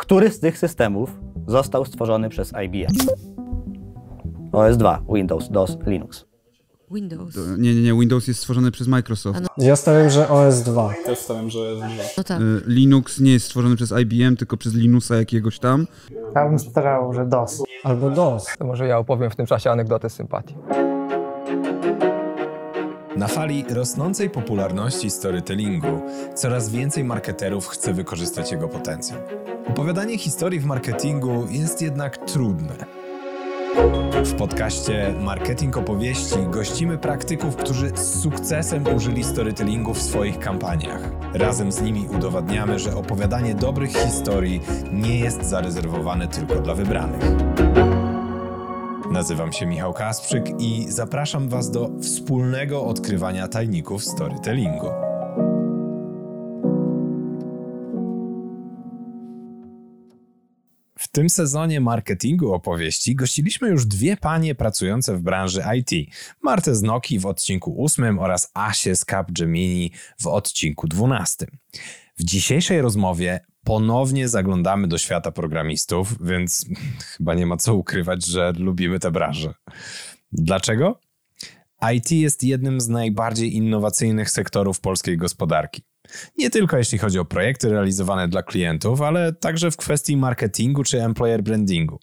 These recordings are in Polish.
Który z tych systemów został stworzony przez IBM? OS 2, Windows, DOS, Linux. Windows. Nie. Windows jest stworzony przez Microsoft. Ja stawiam, że OS 2. Też stawiam, że OS 2. No tak. Linux nie jest stworzony przez IBM, tylko przez Linuxa jakiegoś tam. Ja bym starał, że DOS. Albo DOS. To może ja opowiem w tym czasie anegdotę z sympatii. Na fali rosnącej popularności storytellingu coraz więcej marketerów chce wykorzystać jego potencjał. Opowiadanie historii w marketingu jest jednak trudne. W podcaście Marketing Opowieści gościmy praktyków, którzy z sukcesem użyli storytellingu w swoich kampaniach. Razem z nimi udowadniamy, że opowiadanie dobrych historii nie jest zarezerwowane tylko dla wybranych. Nazywam się Michał Kasprzyk i zapraszam Was do wspólnego odkrywania tajników storytellingu. W tym sezonie Marketingu Opowieści gościliśmy już dwie panie pracujące w branży IT. Martę z Nokii w odcinku 8 oraz Asię z Capgemini w odcinku 12. W dzisiejszej rozmowie ponownie zaglądamy do świata programistów, więc chyba nie ma co ukrywać, że lubimy tę branżę. Dlaczego? IT jest jednym z najbardziej innowacyjnych sektorów polskiej gospodarki. Nie tylko jeśli chodzi o projekty realizowane dla klientów, ale także w kwestii marketingu czy employer brandingu.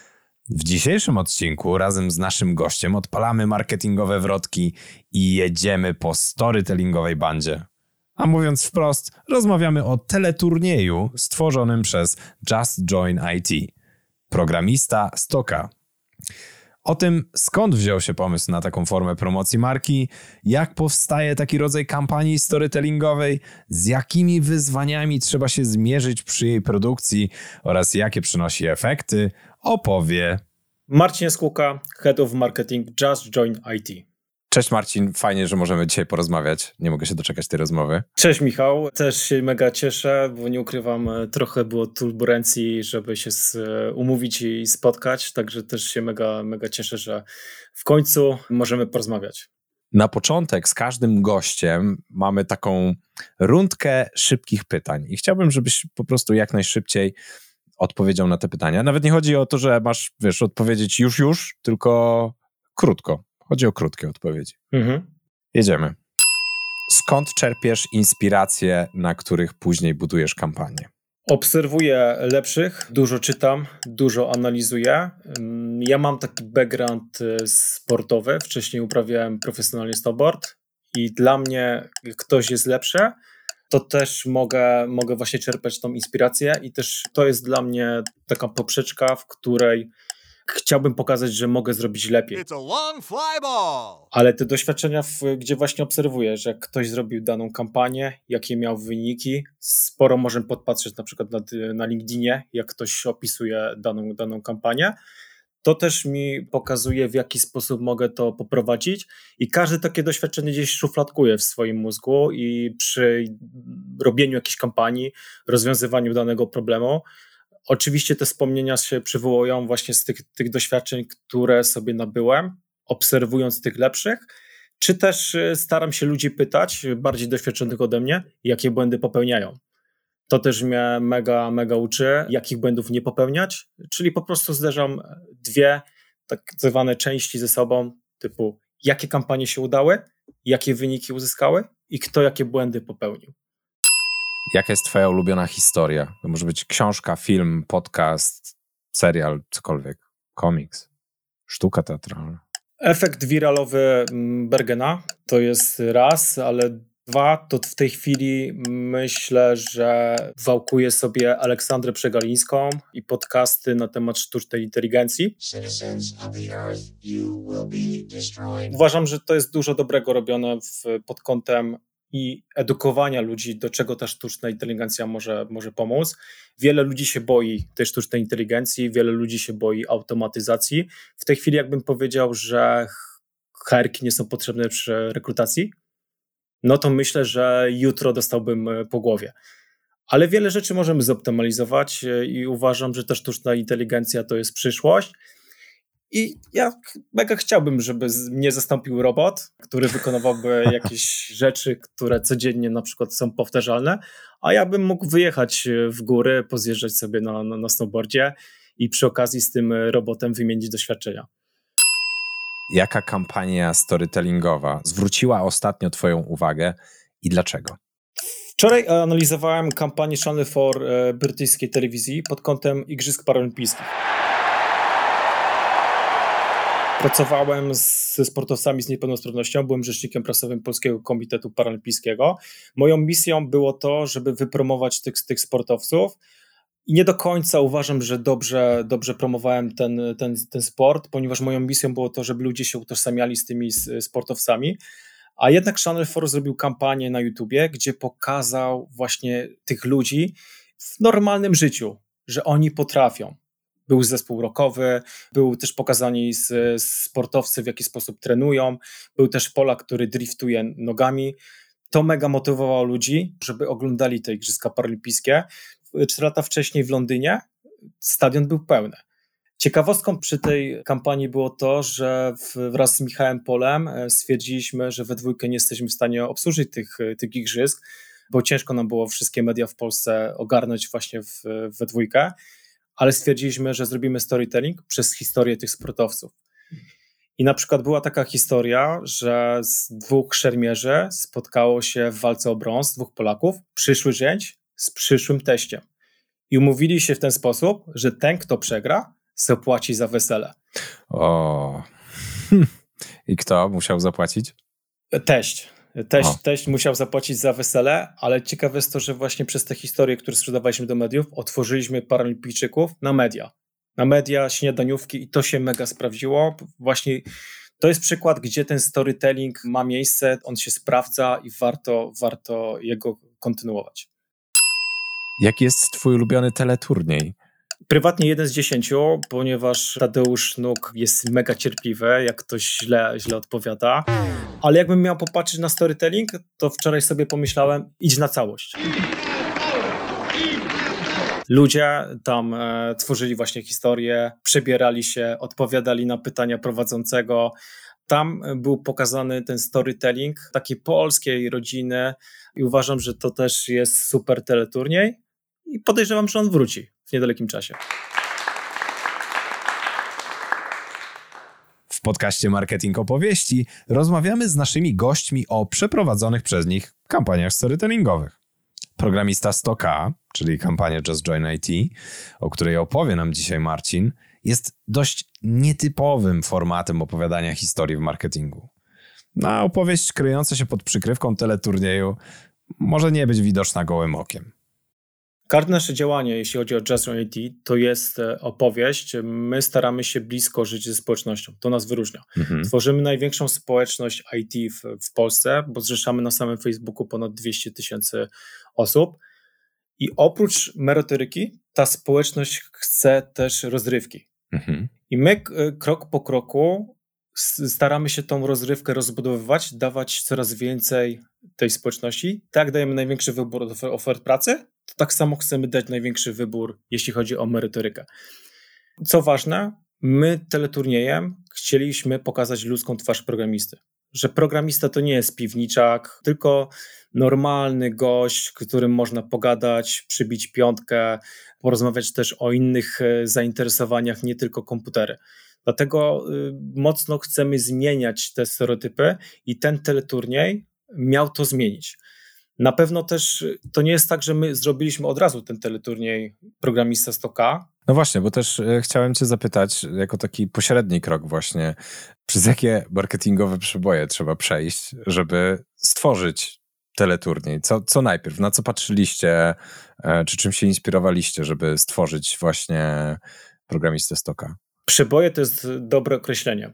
W dzisiejszym odcinku razem z naszym gościem odpalamy marketingowe wrotki i jedziemy po storytellingowej bandzie. A mówiąc wprost, rozmawiamy o teleturnieju stworzonym przez Just Join IT. Programista Stoka. O tym, skąd wziął się pomysł na taką formę promocji marki, jak powstaje taki rodzaj kampanii storytellingowej, z jakimi wyzwaniami trzeba się zmierzyć przy jej produkcji oraz jakie przynosi efekty, opowie Marcin Jaskółka, Head of Marketing Just Join IT. Cześć Marcin, fajnie, że możemy dzisiaj porozmawiać. Nie mogę się doczekać tej rozmowy. Cześć Michał, też się mega cieszę, bo nie ukrywam, trochę było turbulencji, żeby się umówić i spotkać, także też się mega cieszę, że w końcu możemy porozmawiać. Na początek z każdym gościem mamy taką rundkę szybkich pytań i chciałbym, żebyś po prostu jak najszybciej odpowiedział na te pytania. Nawet nie chodzi o to, że masz, odpowiedzieć już, tylko krótko. Chodzi o krótkie odpowiedzi. Jedziemy. Skąd czerpiesz inspiracje, na których później budujesz kampanię? Obserwuję lepszych, dużo czytam, dużo analizuję. Ja mam taki background sportowy. Wcześniej uprawiałem profesjonalnie snowboard i dla mnie, jak ktoś jest lepszy, to też mogę właśnie czerpać tą inspirację i też to jest dla mnie taka poprzeczka, w której chciałbym pokazać, że mogę zrobić lepiej. Ale te doświadczenia, gdzie właśnie obserwuję, że ktoś zrobił daną kampanię, jakie miał wyniki, sporo możemy podpatrzeć na przykład na LinkedInie, jak ktoś opisuje daną kampanię, to też mi pokazuje, w jaki sposób mogę to poprowadzić i każde takie doświadczenie gdzieś szufladkuję w swoim mózgu i przy robieniu jakiejś kampanii, rozwiązywaniu danego problemu, oczywiście te wspomnienia się przywołują właśnie z tych doświadczeń, które sobie nabyłem, obserwując tych lepszych, czy też staram się ludzi pytać, bardziej doświadczonych ode mnie, jakie błędy popełniają. To też mnie mega uczy, jakich błędów nie popełniać, czyli po prostu zderzam dwie tak zwane części ze sobą, typu jakie kampanie się udały, jakie wyniki uzyskały i kto jakie błędy popełnił. Jaka jest twoja ulubiona historia? To może być książka, film, podcast, serial, cokolwiek, komiks, sztuka teatralna. Efekt wiralowy Bergena to jest raz, ale dwa, to w tej chwili myślę, że wałkuję sobie Aleksandrę Przegalińską i podcasty na temat sztucznej inteligencji. Uważam, że to jest dużo dobrego robione pod kątem i edukowania ludzi, do czego ta sztuczna inteligencja może pomóc. Wiele ludzi się boi tej sztucznej inteligencji, wiele ludzi się boi automatyzacji. W tej chwili jakbym powiedział, że HR-ki nie są potrzebne przy rekrutacji, no to myślę, że jutro dostałbym po głowie. Ale wiele rzeczy możemy zoptymalizować i uważam, że ta sztuczna inteligencja to jest przyszłość. I ja mega chciałbym, żeby mnie zastąpił robot, który wykonywałby jakieś rzeczy, które codziennie na przykład są powtarzalne, a ja bym mógł wyjechać w góry, pozjeżdżać sobie na snowboardzie i przy okazji z tym robotem wymienić doświadczenia. Jaka kampania storytellingowa zwróciła ostatnio twoją uwagę i dlaczego? Wczoraj analizowałem kampanię Channel 4 brytyjskiej telewizji pod kątem Igrzysk Paralimpijskich. Pracowałem ze sportowcami z niepełnosprawnością, byłem rzecznikiem prasowym Polskiego Komitetu Paralimpijskiego. Moją misją było to, żeby wypromować tych sportowców i nie do końca uważam, że dobrze promowałem ten sport, ponieważ moją misją było to, żeby ludzie się utożsamiali z tymi sportowcami, a jednak Channel 4 zrobił kampanię na YouTubie, gdzie pokazał właśnie tych ludzi w normalnym życiu, że oni potrafią. Był zespół rockowy, był też pokazani sportowcy, w jaki sposób trenują, był też Polak, który driftuje nogami. To mega motywowało ludzi, żeby oglądali te Igrzyska Paralimpijskie. 4 lata wcześniej w Londynie stadion był pełny. Ciekawostką przy tej kampanii było to, że wraz z Michałem Polem stwierdziliśmy, że we dwójkę nie jesteśmy w stanie obsłużyć tych igrzysk, bo ciężko nam było wszystkie media w Polsce ogarnąć właśnie we dwójkę, ale stwierdziliśmy, że zrobimy storytelling przez historię tych sportowców. I na przykład była taka historia, że z 2 szermierzy spotkało się w walce o brąz, 2 Polaków, przyszły zięć z przyszłym teściem. I umówili się w ten sposób, że ten, kto przegra, zapłaci za wesele. O. I kto musiał zapłacić? Teść musiał zapłacić za wesele, ale ciekawe jest to, że właśnie przez te historie, które sprzedawaliśmy do mediów, otworzyliśmy paralimpijczyków na media, śniadaniówki i to się mega sprawdziło. Właśnie to jest przykład, gdzie ten storytelling ma miejsce, on się sprawdza i warto jego kontynuować. Jaki jest twój ulubiony teleturniej? Prywatnie 1 z 10, ponieważ Tadeusz Nuk jest mega cierpliwy, jak ktoś źle odpowiada. Ale jakbym miał popatrzeć na storytelling, to wczoraj sobie pomyślałem, idź na całość. Ludzie tam tworzyli właśnie historię, przebierali się, odpowiadali na pytania prowadzącego. Tam był pokazany ten storytelling takiej polskiej rodziny i uważam, że to też jest super teleturniej i podejrzewam, że on wróci w niedalekim czasie. W podcaście Marketing Opowieści rozmawiamy z naszymi gośćmi o przeprowadzonych przez nich kampaniach storytellingowych. Programista 100K, czyli kampania Just Join IT, o której opowie nam dzisiaj Marcin, jest dość nietypowym formatem opowiadania historii w marketingu. Na opowieść kryjąca się pod przykrywką teleturnieju może nie być widoczna gołym okiem. Każde nasze działanie, jeśli chodzi o Just Join IT, to jest opowieść. My staramy się blisko żyć ze społecznością. To nas wyróżnia. Tworzymy największą społeczność IT w Polsce, bo zrzeszamy na samym Facebooku ponad 200 000 osób. I oprócz merytoryki, ta społeczność chce też rozrywki. I my krok po kroku staramy się tą rozrywkę rozbudowywać, dawać coraz więcej tej społeczności. Tak dajemy największy wybór ofert pracy, to tak samo chcemy dać największy wybór, jeśli chodzi o merytorykę. Co ważne, my teleturniejem chcieliśmy pokazać ludzką twarz programisty. Że programista to nie jest piwniczak, tylko normalny gość, którym można pogadać, przybić piątkę, porozmawiać też o innych zainteresowaniach, nie tylko komputery. Dlatego mocno chcemy zmieniać te stereotypy i ten teleturniej miał to zmienić. Na pewno też to nie jest tak, że my zrobiliśmy od razu ten teleturniej Programista 100K. No właśnie, bo też chciałem cię zapytać, jako taki pośredni krok właśnie, przez jakie marketingowe przeboje trzeba przejść, żeby stworzyć teleturniej? Co najpierw? Na co patrzyliście? Czy czym się inspirowaliście, żeby stworzyć właśnie Programistę 100K? Przeboje to jest dobre określenie.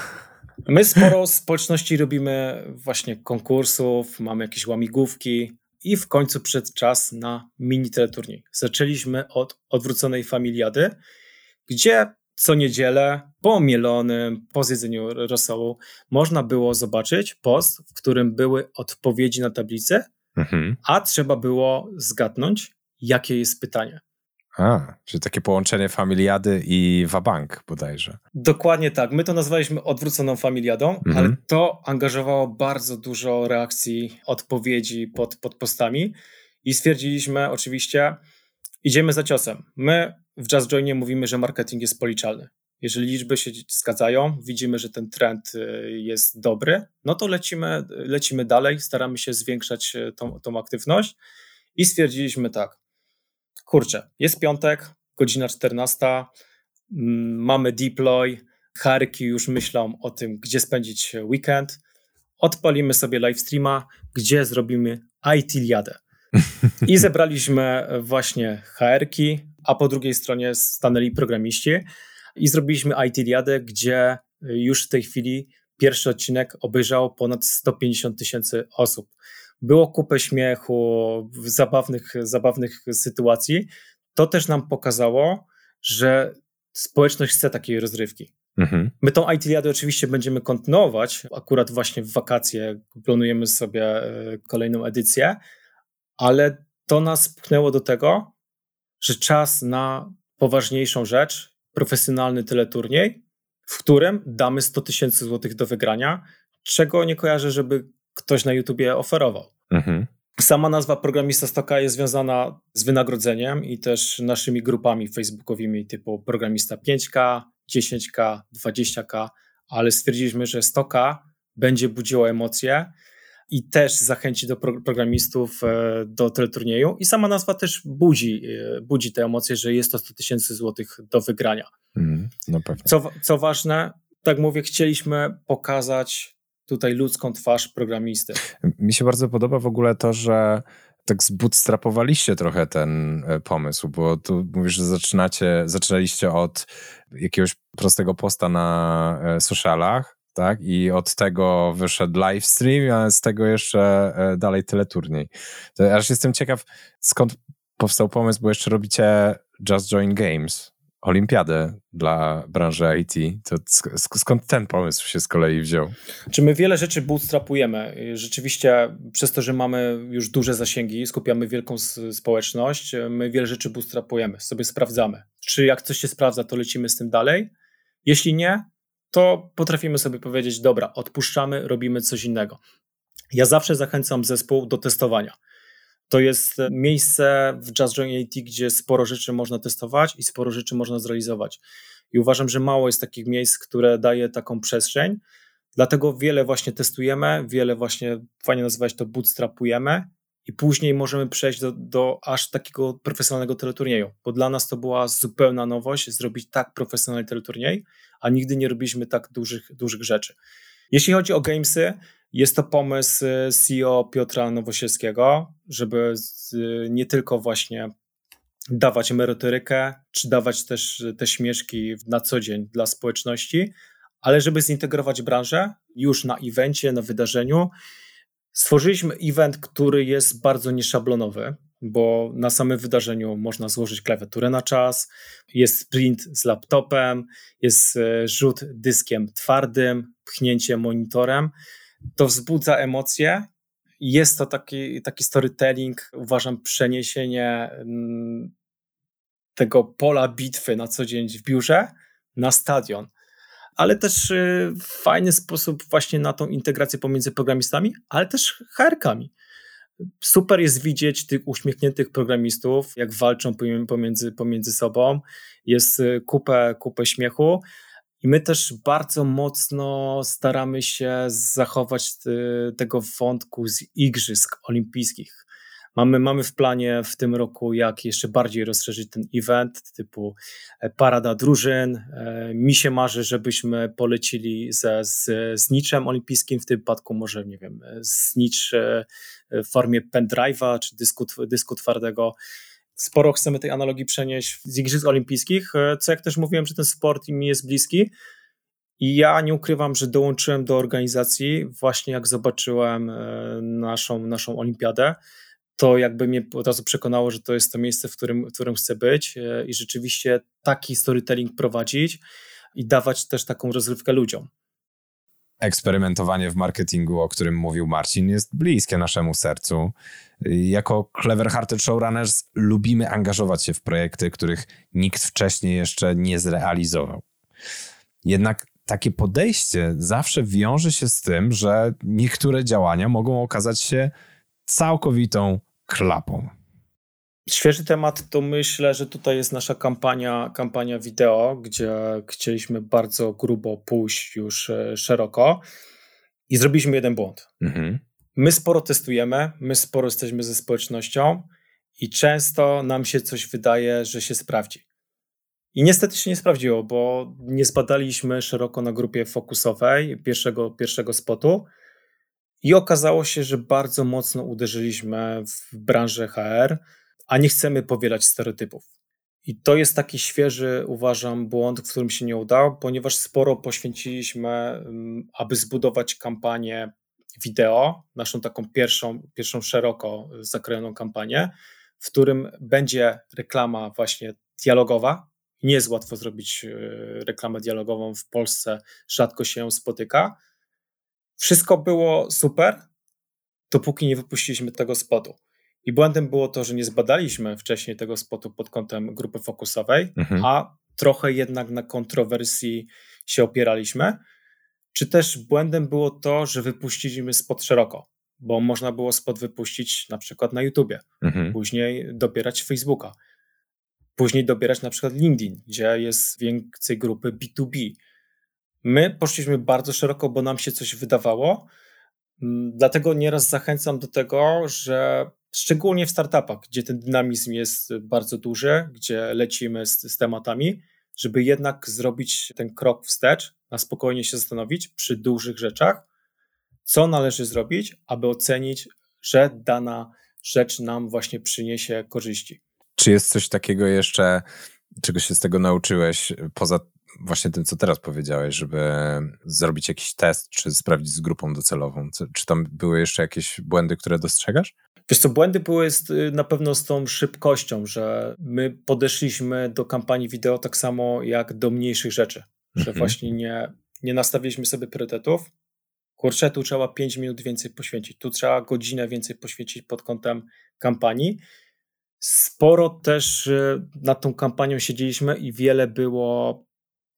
My sporo społeczności robimy właśnie konkursów, mamy jakieś łamigłówki i w końcu przyszedł czas na mini teleturniej. Zaczęliśmy od odwróconej familiady, gdzie co niedzielę po mielonym, po zjedzeniu rosołu można było zobaczyć post, w którym były odpowiedzi na tablicy, a trzeba było zgadnąć, jakie jest pytanie. Czyli takie połączenie familiady i wabank bodajże. Dokładnie tak. My to nazwaliśmy odwróconą familiadą, ale to angażowało bardzo dużo reakcji, odpowiedzi pod postami i stwierdziliśmy oczywiście, idziemy za ciosem. My w Just Joinie mówimy, że marketing jest policzalny. Jeżeli liczby się zgadzają, widzimy, że ten trend jest dobry, no to lecimy dalej, staramy się zwiększać tą aktywność i stwierdziliśmy tak, kurczę, jest piątek, godzina 14, mamy deploy, HR-ki już myślą o tym, gdzie spędzić weekend, odpalimy sobie live streama, gdzie zrobimy IT-liadę. I zebraliśmy właśnie HR-ki, a po drugiej stronie stanęli programiści i zrobiliśmy IT-liadę, gdzie już w tej chwili pierwszy odcinek obejrzało ponad 150 000 osób. Było kupę śmiechu, zabawnych sytuacji. To też nam pokazało, że społeczność chce takiej rozrywki. My tą IT-liadę oczywiście będziemy kontynuować. Akurat właśnie w wakacje planujemy sobie kolejną edycję, ale to nas pchnęło do tego, że czas na poważniejszą rzecz, profesjonalny teleturniej, w którym damy 100 000 złotych do wygrania, czego nie kojarzę, żeby ktoś na YouTubie oferował. Sama nazwa Programista 100K jest związana z wynagrodzeniem i też naszymi grupami facebookowymi typu Programista 5K, 10K, 20K, ale stwierdziliśmy, że 100K będzie budziło emocje i też zachęci do programistów do teleturnieju i sama nazwa też budzi te emocje, że jest to 100 000 złotych do wygrania. No pewnie. Co ważne, tak mówię, chcieliśmy pokazać tutaj ludzką twarz programisty. Mi się bardzo podoba w ogóle to, że tak zbootstrapowaliście trochę ten pomysł, bo tu mówisz, że zaczynaliście od jakiegoś prostego posta na socialach, tak? I od tego wyszedł livestream, a z tego jeszcze dalej teleturniej. To aż jestem ciekaw, skąd powstał pomysł, bo jeszcze robicie Just Join Games, olimpiadę dla branży IT. To skąd ten pomysł się z kolei wziął? Czy my wiele rzeczy bootstrapujemy. Rzeczywiście przez to, że mamy już duże zasięgi, skupiamy wielką społeczność, my wiele rzeczy bootstrapujemy, sobie sprawdzamy. Czy jak coś się sprawdza, to lecimy z tym dalej? Jeśli nie, to potrafimy sobie powiedzieć, dobra, odpuszczamy, robimy coś innego. Ja zawsze zachęcam zespół do testowania. To jest miejsce w Just Join IT, gdzie sporo rzeczy można testować i sporo rzeczy można zrealizować. I uważam, że mało jest takich miejsc, które daje taką przestrzeń. Dlatego wiele właśnie testujemy, wiele właśnie, fajnie nazywać to bootstrapujemy i później możemy przejść do aż takiego profesjonalnego teleturnieju, bo dla nas to była zupełna nowość, zrobić tak profesjonalny teleturniej, a nigdy nie robiliśmy tak dużych rzeczy. Jeśli chodzi o gamesy, jest to pomysł CEO Piotra Nowosielskiego, żeby nie tylko właśnie dawać merytorykę, czy dawać też te śmieszki na co dzień dla społeczności, ale żeby zintegrować branżę już na evencie, na wydarzeniu. Stworzyliśmy event, który jest bardzo nieszablonowy, bo na samym wydarzeniu można złożyć klawiaturę na czas, jest sprint z laptopem, jest rzut dyskiem twardym, pchnięcie monitorem. To wzbudza emocje. Jest to taki storytelling, uważam, przeniesienie tego pola bitwy na co dzień w biurze na stadion. Ale też fajny sposób właśnie na tą integrację pomiędzy programistami, ale też HR-kami. Super jest widzieć tych uśmiechniętych programistów, jak walczą pomiędzy sobą. Jest kupę śmiechu. I my też bardzo mocno staramy się zachować tego wątku z Igrzysk Olimpijskich. Mamy w planie w tym roku, jak jeszcze bardziej rozszerzyć ten event, typu parada drużyn. Mi się marzy, żebyśmy polecili ze snitchem olimpijskim, w tym wypadku może, nie wiem, snitch w formie pendrive'a czy dysku twardego. Sporo chcemy tej analogii przenieść z Igrzysk Olimpijskich, co jak też mówiłem, że ten sport mi jest bliski i ja nie ukrywam, że dołączyłem do organizacji właśnie jak zobaczyłem naszą olimpiadę, to jakby mnie od razu przekonało, że to jest to miejsce, w którym chcę być i rzeczywiście taki storytelling prowadzić i dawać też taką rozrywkę ludziom. Eksperymentowanie w marketingu, o którym mówił Marcin, jest bliskie naszemu sercu. Jako Clever Hearted Showrunners lubimy angażować się w projekty, których nikt wcześniej jeszcze nie zrealizował. Jednak takie podejście zawsze wiąże się z tym, że niektóre działania mogą okazać się całkowitą klapą. Świeży temat to myślę, że tutaj jest nasza kampania wideo, gdzie chcieliśmy bardzo grubo pójść już szeroko i zrobiliśmy jeden błąd. My sporo testujemy, my sporo jesteśmy ze społecznością i często nam się coś wydaje, że się sprawdzi. I niestety się nie sprawdziło, bo nie zbadaliśmy szeroko na grupie fokusowej pierwszego spotu i okazało się, że bardzo mocno uderzyliśmy w branżę HR, a nie chcemy powielać stereotypów. I to jest taki świeży, uważam, błąd, w którym się nie udał, ponieważ sporo poświęciliśmy, aby zbudować kampanię wideo, naszą taką pierwszą szeroko zakrojoną kampanię, w którym będzie reklama właśnie dialogowa. Nie jest łatwo zrobić reklamę dialogową w Polsce, rzadko się ją spotyka. Wszystko było super, dopóki nie wypuściliśmy tego spotu. I błędem było to, że nie zbadaliśmy wcześniej tego spotu pod kątem grupy fokusowej, a trochę jednak na kontrowersji się opieraliśmy. Czy też błędem było to, że wypuściliśmy spot szeroko, bo można było spot wypuścić na przykład na YouTubie, później dobierać Facebooka, później dobierać na przykład LinkedIn, gdzie jest więcej grupy B2B. My poszliśmy bardzo szeroko, bo nam się coś wydawało, dlatego nieraz zachęcam do tego, że szczególnie w startupach, gdzie ten dynamizm jest bardzo duży, gdzie lecimy z tematami, żeby jednak zrobić ten krok wstecz, na spokojnie się zastanowić przy dużych rzeczach, co należy zrobić, aby ocenić, że dana rzecz nam właśnie przyniesie korzyści. Czy jest coś takiego jeszcze, czego się z tego nauczyłeś, poza właśnie tym, co teraz powiedziałeś, żeby zrobić jakiś test, czy sprawdzić z grupą docelową? Czy tam były jeszcze jakieś błędy, które dostrzegasz? Wiesz co, błędy były na pewno z tą szybkością, że my podeszliśmy do kampanii wideo tak samo jak do mniejszych rzeczy, że właśnie nie nastawiliśmy sobie priorytetów. Kurczę, tu trzeba 5 minut więcej poświęcić, tu trzeba godzinę więcej poświęcić pod kątem kampanii. Sporo też nad tą kampanią siedzieliśmy i wiele było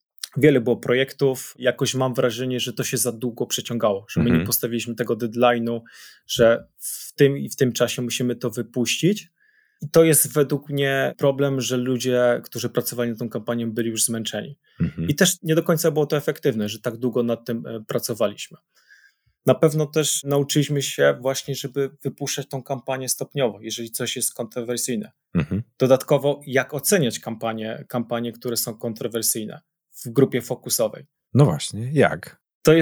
projektów. Jakoś mam wrażenie, że to się za długo przeciągało, że my nie postawiliśmy tego deadline'u, że w tym czasie musimy to wypuścić. I to jest według mnie problem, że ludzie, którzy pracowali nad tą kampanią, byli już zmęczeni. I też nie do końca było to efektywne, że tak długo nad tym pracowaliśmy. Na pewno też nauczyliśmy się właśnie, żeby wypuszczać tą kampanię stopniowo, jeżeli coś jest kontrowersyjne. Dodatkowo, jak oceniać kampanie, które są kontrowersyjne w grupie fokusowej? No właśnie, jak?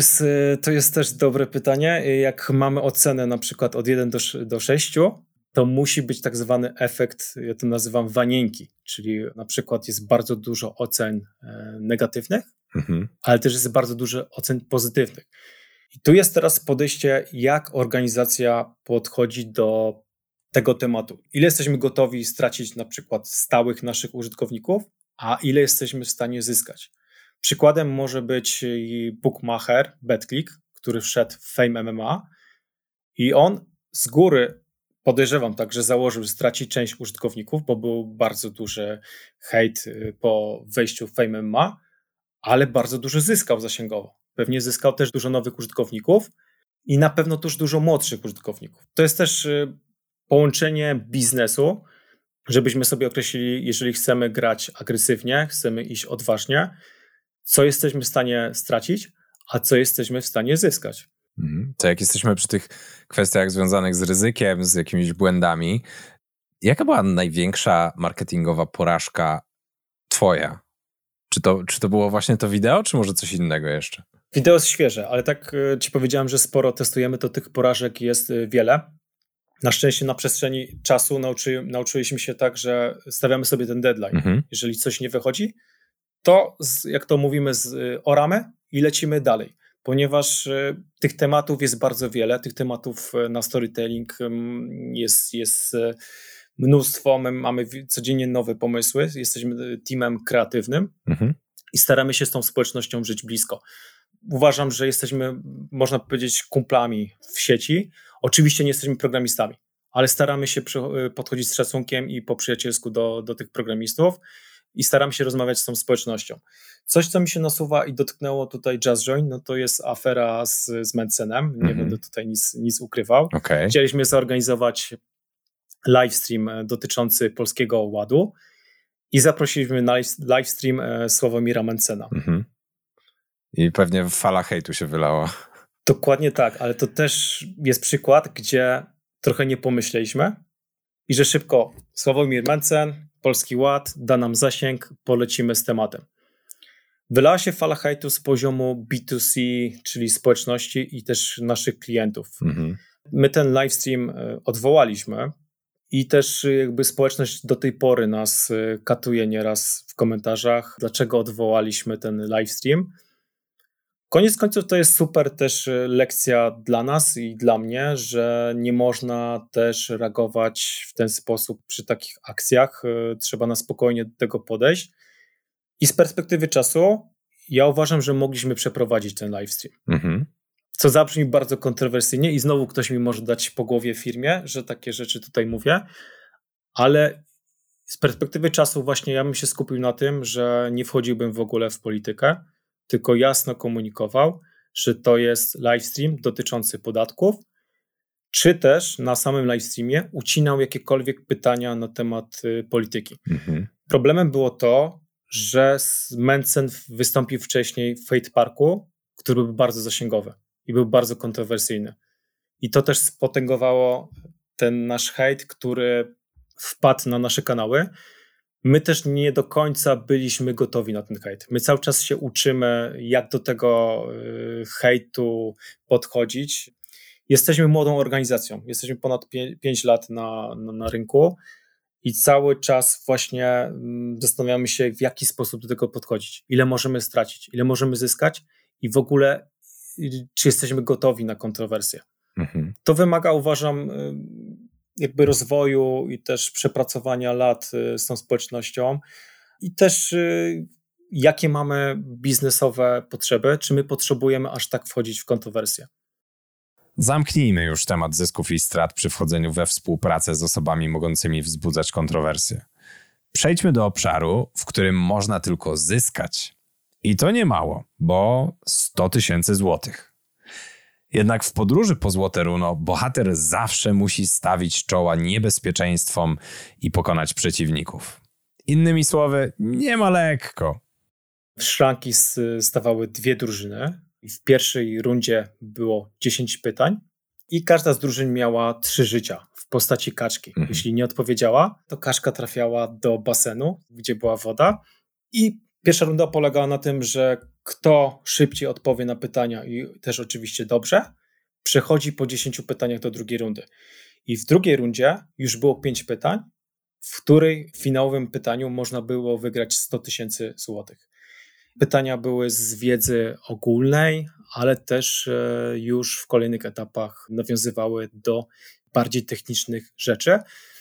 To jest też dobre pytanie. Jak mamy ocenę na przykład od 1 do 6, to musi być tak zwany efekt, ja to nazywam wanienki, czyli na przykład jest bardzo dużo ocen negatywnych, ale też jest bardzo dużo ocen pozytywnych. I tu jest teraz podejście, jak organizacja podchodzi do tego tematu. Ile jesteśmy gotowi stracić na przykład stałych naszych użytkowników, a ile jesteśmy w stanie zyskać. Przykładem może być bookmacher BetClick, który wszedł w Fame MMA i on z góry, podejrzewam tak, że założył, że straci część użytkowników, bo był bardzo duży hejt po wejściu w Fame MMA, ale bardzo dużo zyskał zasięgowo. Pewnie zyskał też dużo nowych użytkowników i na pewno też dużo młodszych użytkowników. To jest też połączenie biznesu, żebyśmy sobie określili, jeżeli chcemy grać agresywnie, chcemy iść odważnie, co jesteśmy w stanie stracić, a co jesteśmy w stanie zyskać. To jak jesteśmy przy tych kwestiach związanych z ryzykiem, z jakimiś błędami, jaka była największa marketingowa porażka twoja? Czy to było właśnie to wideo, czy może coś innego jeszcze? Wideo jest świeże, ale tak ci powiedziałem, że sporo testujemy, to tych porażek jest wiele. Na szczęście na przestrzeni czasu nauczyliśmy się tak, że stawiamy sobie ten deadline. Jeżeli coś nie wychodzi, to jak to mówimy, oramy i lecimy dalej. Ponieważ tych tematów jest bardzo wiele, tych tematów na storytelling jest mnóstwo, my mamy codziennie nowe pomysły, jesteśmy teamem kreatywnym i staramy się z tą społecznością żyć blisko. uważam, że jesteśmy, można powiedzieć, kumplami w sieci. Oczywiście nie jesteśmy programistami, ale staramy się podchodzić z szacunkiem i po przyjacielsku do tych programistów i staramy się rozmawiać z tą społecznością. Coś, co mi się nasuwa i dotknęło tutaj JustJoin, no to jest afera z Mencenem. Nie będę tutaj nic ukrywał. Okay. Chcieliśmy zorganizować livestream dotyczący Polskiego Ładu i zaprosiliśmy na livestream Sławomira Mencena. I pewnie fala hejtu się wylała. Dokładnie tak, ale to też jest przykład, gdzie trochę nie pomyśleliśmy i że szybko Sławomir Mencen, Polski Ład, da nam zasięg, polecimy z tematem. Wylała się fala hejtu z poziomu B2C, czyli społeczności i też naszych klientów. My ten livestream odwołaliśmy i też jakby społeczność do tej pory nas katuje nieraz w komentarzach, dlaczego odwołaliśmy ten livestream. Koniec końców to jest super też lekcja dla nas i dla mnie, że nie można też reagować w ten sposób przy takich akcjach. Trzeba na spokojnie do tego podejść. I z perspektywy czasu ja uważam, że mogliśmy przeprowadzić ten livestream. Co zabrzmi bardzo kontrowersyjnie i znowu ktoś mi może dać po głowie w firmie, że takie rzeczy tutaj mówię, ale z perspektywy czasu właśnie ja bym się skupił na tym, że nie wchodziłbym w ogóle w politykę, tylko jasno komunikował, że to jest livestream dotyczący podatków, czy też na samym livestreamie ucinał jakiekolwiek pytania na temat polityki. Problemem było to, że Mencen wystąpił wcześniej w Fate Parku, który był bardzo zasięgowy i był bardzo kontrowersyjny. I to też spotęgowało ten nasz hejt, który wpadł na nasze kanały. My też nie do końca byliśmy gotowi na ten hejt. My cały czas się uczymy, jak do tego hejtu podchodzić. Jesteśmy młodą organizacją. Jesteśmy ponad 5 lat na rynku i cały czas właśnie zastanawiamy się, w jaki sposób do tego podchodzić. Ile możemy stracić, ile możemy zyskać i w ogóle czy jesteśmy gotowi na kontrowersje. To wymaga, uważam, jakby rozwoju i też przepracowania lat z tą społecznością i też jakie mamy biznesowe potrzeby, czy my potrzebujemy aż tak wchodzić w kontrowersje. Zamknijmy już temat zysków i strat przy wchodzeniu we współpracę z osobami mogącymi wzbudzać kontrowersje. Przejdźmy do obszaru, w którym można tylko zyskać. I to nie mało, bo 100 000 złotych. Jednak w podróży po złote runo bohater zawsze musi stawić czoła niebezpieczeństwom i pokonać przeciwników. Innymi słowy, nie ma lekko. W szranki stawały 2 drużyny i w pierwszej rundzie było 10 pytań i każda z drużyn miała 3 życia w postaci kaczki. Jeśli nie odpowiedziała, to kaczka trafiała do basenu, gdzie była woda i pierwsza runda polegała na tym, że kto szybciej odpowie na pytania i też oczywiście dobrze, przechodzi po 10 pytaniach do drugiej rundy. I w drugiej rundzie już było 5 pytań, w której w finałowym pytaniu można było wygrać 100 000 złotych. Pytania były z wiedzy ogólnej, ale też już w kolejnych etapach nawiązywały do bardziej technicznych rzeczy.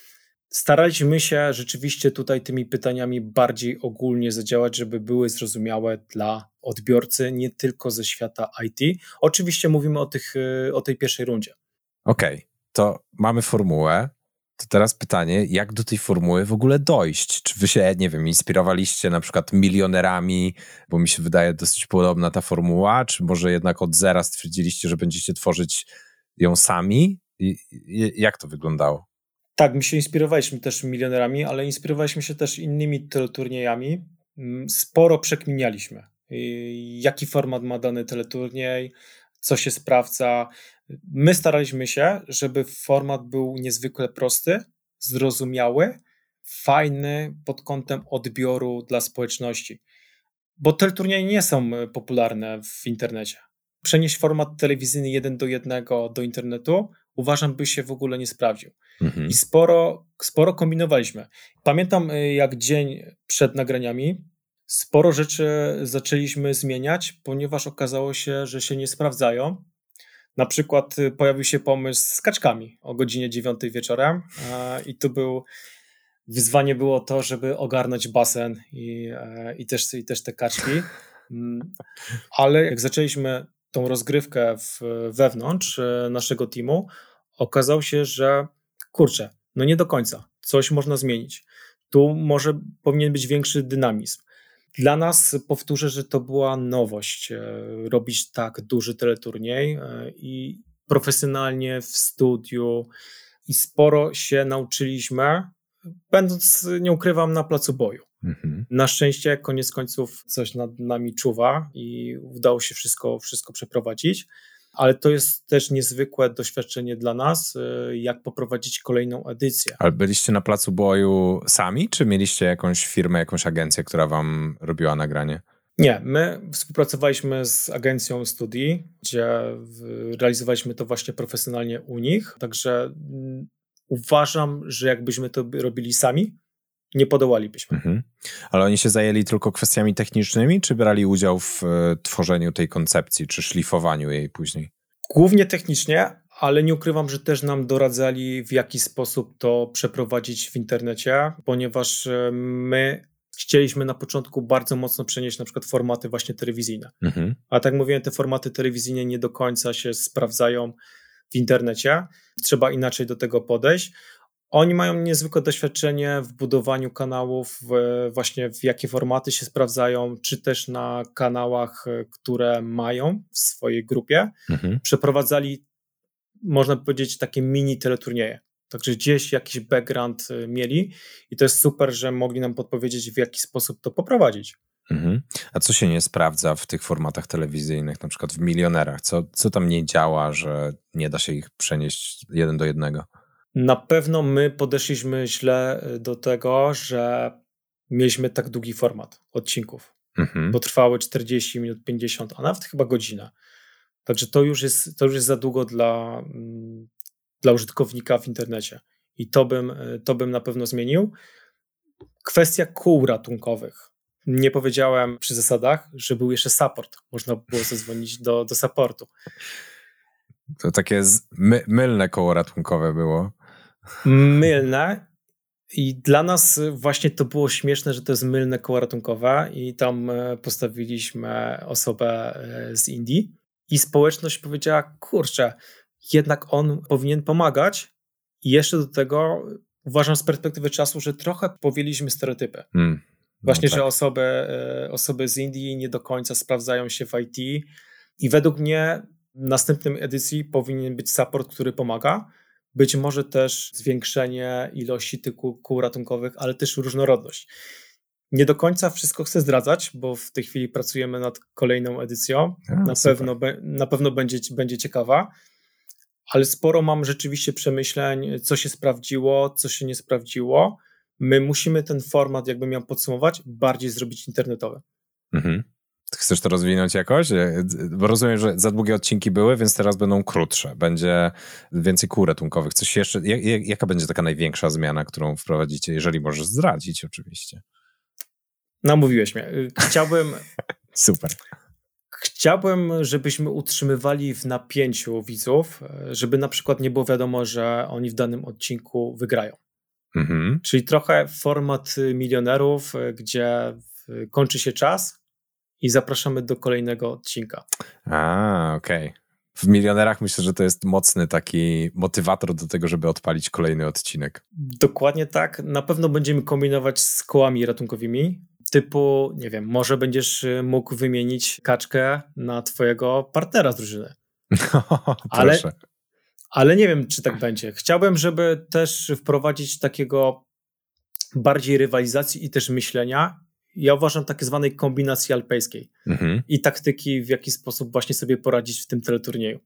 Staraliśmy się rzeczywiście tutaj tymi pytaniami bardziej ogólnie zadziałać, żeby były zrozumiałe dla odbiorcy, nie tylko ze świata IT. Oczywiście mówimy o tej pierwszej rundzie. Okej, to mamy formułę. To teraz pytanie, jak do tej formuły w ogóle dojść? Czy wy się, nie wiem, inspirowaliście na przykład milionerami, bo mi się wydaje dosyć podobna ta formuła, czy może jednak od zera stwierdziliście, że będziecie tworzyć ją sami? Jak to wyglądało? Tak, my się inspirowaliśmy też milionerami, ale inspirowaliśmy się też innymi teleturniejami. Sporo przekminialiśmy, jaki format ma dany teleturniej, co się sprawdza. My staraliśmy się, żeby format był niezwykle prosty, zrozumiały, fajny pod kątem odbioru dla społeczności. Bo teleturnieje nie są popularne w internecie. Przenieść format telewizyjny 1:1 do internetu uważam, by się w ogóle nie sprawdził. I sporo kombinowaliśmy. Pamiętam, jak dzień przed nagraniami sporo rzeczy zaczęliśmy zmieniać, ponieważ okazało się, że się nie sprawdzają. Na przykład pojawił się pomysł z kaczkami o godzinie 9 wieczorem i wyzwanie było to, żeby ogarnąć basen i też te kaczki. Ale jak zaczęliśmy tą rozgrywkę wewnątrz naszego teamu, okazało się, że kurczę, no nie do końca, coś można zmienić. Tu powinien być większy dynamizm. Dla nas, powtórzę, że to była nowość, robić tak duży teleturniej i profesjonalnie w studiu i sporo się nauczyliśmy, będąc, nie ukrywam, na placu boju. Na szczęście koniec końców coś nad nami czuwa i udało się wszystko przeprowadzić, ale to jest też niezwykłe doświadczenie dla nas, jak poprowadzić kolejną edycję. Ale byliście na placu boju sami, czy mieliście jakąś firmę, jakąś agencję, która wam robiła nagranie? Nie, my współpracowaliśmy z agencją Studi, gdzie realizowaliśmy to właśnie profesjonalnie u nich, także uważam, że jakbyśmy to robili sami, nie podołalibyśmy. Ale oni się zajęli tylko kwestiami technicznymi, czy brali udział w tworzeniu tej koncepcji, czy szlifowaniu jej później? Głównie technicznie, ale nie ukrywam, że też nam doradzali, w jaki sposób to przeprowadzić w internecie, ponieważ my chcieliśmy na początku bardzo mocno przenieść na przykład formaty właśnie telewizyjne. A tak mówiłem, te formaty telewizyjne nie do końca się sprawdzają w internecie. Trzeba inaczej do tego podejść. Oni mają niezwykłe doświadczenie w budowaniu kanałów, właśnie w jakie formaty się sprawdzają, czy też na kanałach, które mają w swojej grupie. Przeprowadzali, można powiedzieć, takie mini teleturnieje. Także gdzieś jakiś background mieli i to jest super, że mogli nam podpowiedzieć, w jaki sposób to poprowadzić. A co się nie sprawdza w tych formatach telewizyjnych, na przykład w Milionerach? Co tam nie działa, że nie da się ich przenieść 1 do 1? Na pewno my podeszliśmy źle do tego, że mieliśmy tak długi format odcinków, bo trwały 40 minut, 50, a nawet chyba godzinę. Także to już jest za długo dla użytkownika w internecie i to bym na pewno zmienił. Kwestia kół ratunkowych. Nie powiedziałem przy zasadach, że był jeszcze support. Można było zadzwonić do supportu. To takie mylne koło ratunkowe było. Mylne i dla nas właśnie to było śmieszne, że to jest mylne koło ratunkowe i tam postawiliśmy osobę z Indii i społeczność powiedziała, kurczę, jednak on powinien pomagać i jeszcze do tego uważam z perspektywy czasu, że trochę powieliśmy stereotypy. Właśnie, tak. Że osoby z Indii nie do końca sprawdzają się w IT i według mnie w następnej edycji powinien być support, który pomaga. Być może też zwiększenie ilości tych kół ratunkowych, ale też różnorodność. Nie do końca wszystko chcę zdradzać, bo w tej chwili pracujemy nad kolejną edycją. Na pewno będzie ciekawa, ale sporo mam rzeczywiście przemyśleń, co się sprawdziło, co się nie sprawdziło. My musimy ten format, jakbym miał podsumować, bardziej zrobić internetowy. Chcesz to rozwinąć jakoś? Bo rozumiem, że za długie odcinki były, więc teraz będą krótsze. Będzie więcej kół ratunkowych. Coś jeszcze? Jaka będzie taka największa zmiana, którą wprowadzicie, jeżeli możesz zdradzić oczywiście? Namówiłeś mnie. Super. Chciałbym, żebyśmy utrzymywali w napięciu widzów, żeby na przykład nie było wiadomo, że oni w danym odcinku wygrają. Czyli trochę format Milionerów, gdzie kończy się czas i zapraszamy do kolejnego odcinka. Okej. W Milionerach myślę, że to jest mocny taki motywator do tego, żeby odpalić kolejny odcinek. Dokładnie tak. Na pewno będziemy kombinować z kołami ratunkowymi. Typu, nie wiem, może będziesz mógł wymienić kaczkę na twojego partnera z drużyny. Proszę. Ale nie wiem, czy tak będzie. Chciałbym, żeby też wprowadzić takiego bardziej rywalizacji i też myślenia. Ja uważam tak zwanej kombinacji alpejskiej i taktyki, w jaki sposób właśnie sobie poradzić w tym teleturnieju.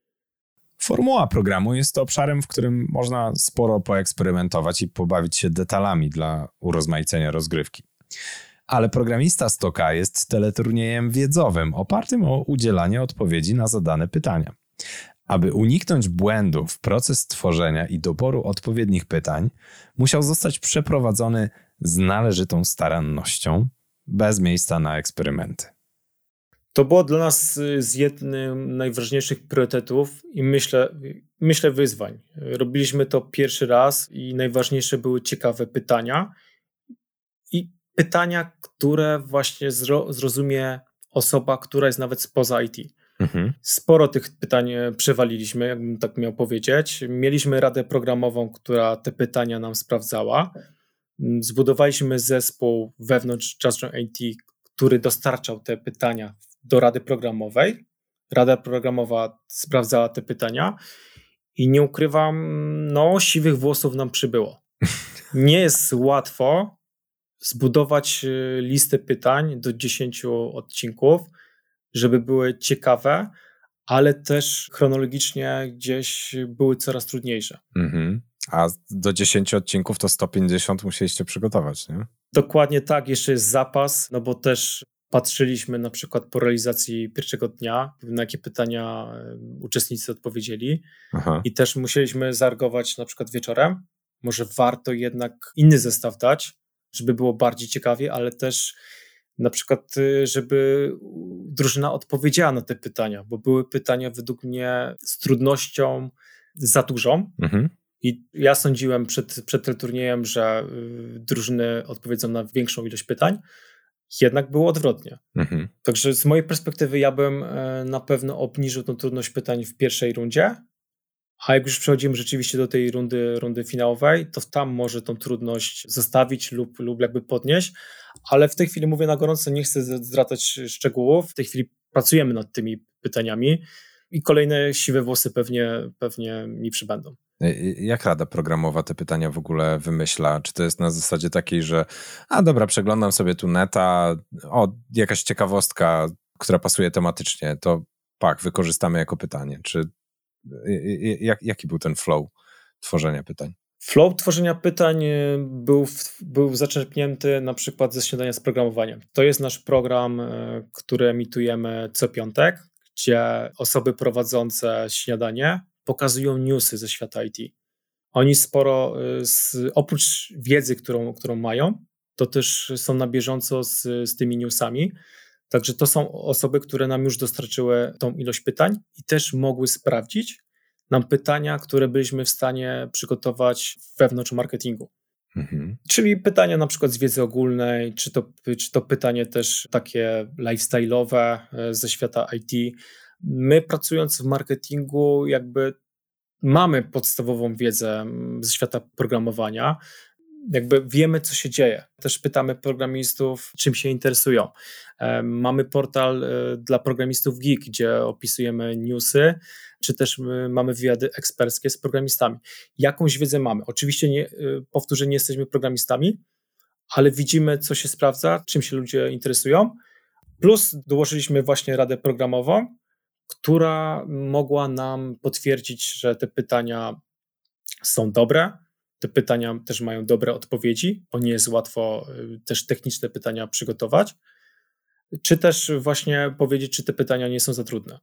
Formuła programu jest obszarem, w którym można sporo poeksperymentować i pobawić się detalami dla urozmaicenia rozgrywki. Ale Programista 100K jest teleturniejem wiedzowym, opartym o udzielanie odpowiedzi na zadane pytania. Aby uniknąć błędów, proces tworzenia i doboru odpowiednich pytań musiał zostać przeprowadzony z należytą starannością, bez miejsca na eksperymenty. To było dla nas z jednym z najważniejszych priorytetów i myślę wyzwań. Robiliśmy to pierwszy raz i najważniejsze były ciekawe pytania i pytania, które właśnie zrozumie osoba, która jest nawet spoza IT. Sporo tych pytań przewaliliśmy, jakbym tak miał powiedzieć. Mieliśmy radę programową, która te pytania nam sprawdzała. Zbudowaliśmy zespół wewnątrz JustJoin IT, który dostarczał te pytania do rady programowej. Rada programowa sprawdzała te pytania i nie ukrywam, siwych włosów nam przybyło. Nie jest łatwo zbudować listę pytań do 10 odcinków, żeby były ciekawe, ale też chronologicznie gdzieś były coraz trudniejsze. A do 10 odcinków to 150 musieliście przygotować, nie? Dokładnie tak, jeszcze jest zapas, bo też patrzyliśmy na przykład po realizacji pierwszego dnia, na jakie pytania uczestnicy odpowiedzieli. I też musieliśmy zareagować na przykład wieczorem. Może warto jednak inny zestaw dać, żeby było bardziej ciekawie, ale też na przykład, żeby drużyna odpowiedziała na te pytania, bo były pytania według mnie z trudnością za dużą. I ja sądziłem przed turniejem, że drużyny odpowiedzą na większą ilość pytań, jednak było odwrotnie. Także z mojej perspektywy ja bym na pewno obniżył tą trudność pytań w pierwszej rundzie, a jak już przechodzimy rzeczywiście do tej rundy finałowej, to tam może tą trudność zostawić lub jakby podnieść, ale w tej chwili mówię na gorąco, nie chcę zdradzać szczegółów, w tej chwili pracujemy nad tymi pytaniami i kolejne siwe włosy pewnie mi przybędą. Jak rada programowa te pytania w ogóle wymyśla? Czy to jest na zasadzie takiej, że dobra, przeglądam sobie tu neta, jakaś ciekawostka, która pasuje tematycznie, to wykorzystamy jako pytanie. Czy jaki był ten flow tworzenia pytań? Flow tworzenia pytań był zaczerpnięty na przykład ze śniadania z programowaniem. To jest nasz program, który emitujemy co piątek, gdzie osoby prowadzące śniadanie pokazują newsy ze świata IT. Oni sporo, oprócz wiedzy, którą mają, to też są na bieżąco z tymi newsami. Także to są osoby, które nam już dostarczyły tą ilość pytań i też mogły sprawdzić nam pytania, które byliśmy w stanie przygotować wewnątrz marketingu. Czyli pytania na przykład z wiedzy ogólnej, czy to pytanie też takie lifestyle'owe ze świata IT. My pracując w marketingu jakby mamy podstawową wiedzę ze świata programowania, jakby wiemy, co się dzieje. Też pytamy programistów, czym się interesują. Mamy portal dla programistów Geek, gdzie opisujemy newsy, czy też mamy wywiady eksperckie z programistami. Jakąś wiedzę mamy. Oczywiście nie jesteśmy programistami, ale widzimy, co się sprawdza, czym się ludzie interesują. Plus dołożyliśmy właśnie radę programową, która mogła nam potwierdzić, że te pytania są dobre. Te pytania też mają dobre odpowiedzi, bo nie jest łatwo też techniczne pytania przygotować, czy też właśnie powiedzieć, czy te pytania nie są za trudne.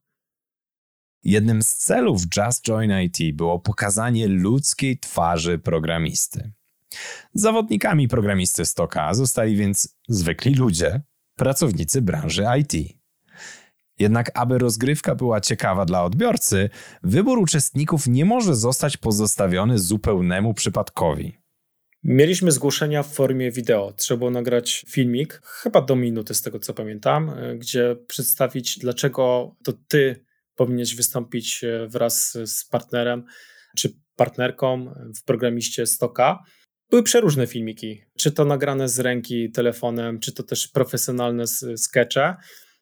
Jednym z celów JustJoin IT było pokazanie ludzkiej twarzy programisty. Zawodnikami programisty 100K zostali więc zwykli ludzie, pracownicy branży IT. Jednak aby rozgrywka była ciekawa dla odbiorcy, wybór uczestników nie może zostać pozostawiony zupełnemu przypadkowi. Mieliśmy zgłoszenia w formie wideo. Trzeba było nagrać filmik, chyba do minuty z tego co pamiętam, gdzie przedstawić, dlaczego to ty powinieneś wystąpić wraz z partnerem czy partnerką w programiście 100K. Były przeróżne filmiki, czy to nagrane z ręki telefonem, czy to też profesjonalne skecze.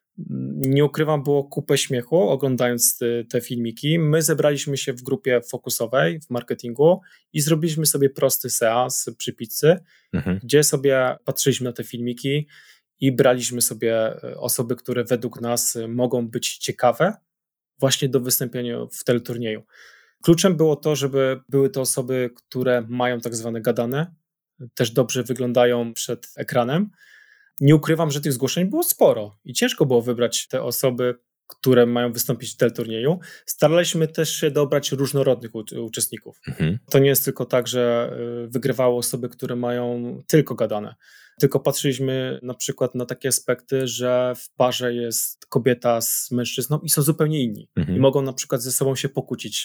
Nie ukrywam, było kupę śmiechu oglądając te filmiki. My zebraliśmy się w grupie fokusowej w marketingu i zrobiliśmy sobie prosty seans przy pizzy, gdzie sobie patrzyliśmy na te filmiki i braliśmy sobie osoby, które według nas mogą być ciekawe właśnie do wystąpienia w teleturnieju. Kluczem było to, żeby były to osoby, które mają tak zwane gadane, też dobrze wyglądają przed ekranem. Nie ukrywam, że tych zgłoszeń było sporo i ciężko było wybrać te osoby, które mają wystąpić w teleturnieju. Staraliśmy też się dobrać różnorodnych uczestników. To nie jest tylko tak, że wygrywały osoby, które mają tylko gadane. Tylko patrzyliśmy na przykład na takie aspekty, że w parze jest kobieta z mężczyzną i są zupełnie inni. I mogą na przykład ze sobą się pokłócić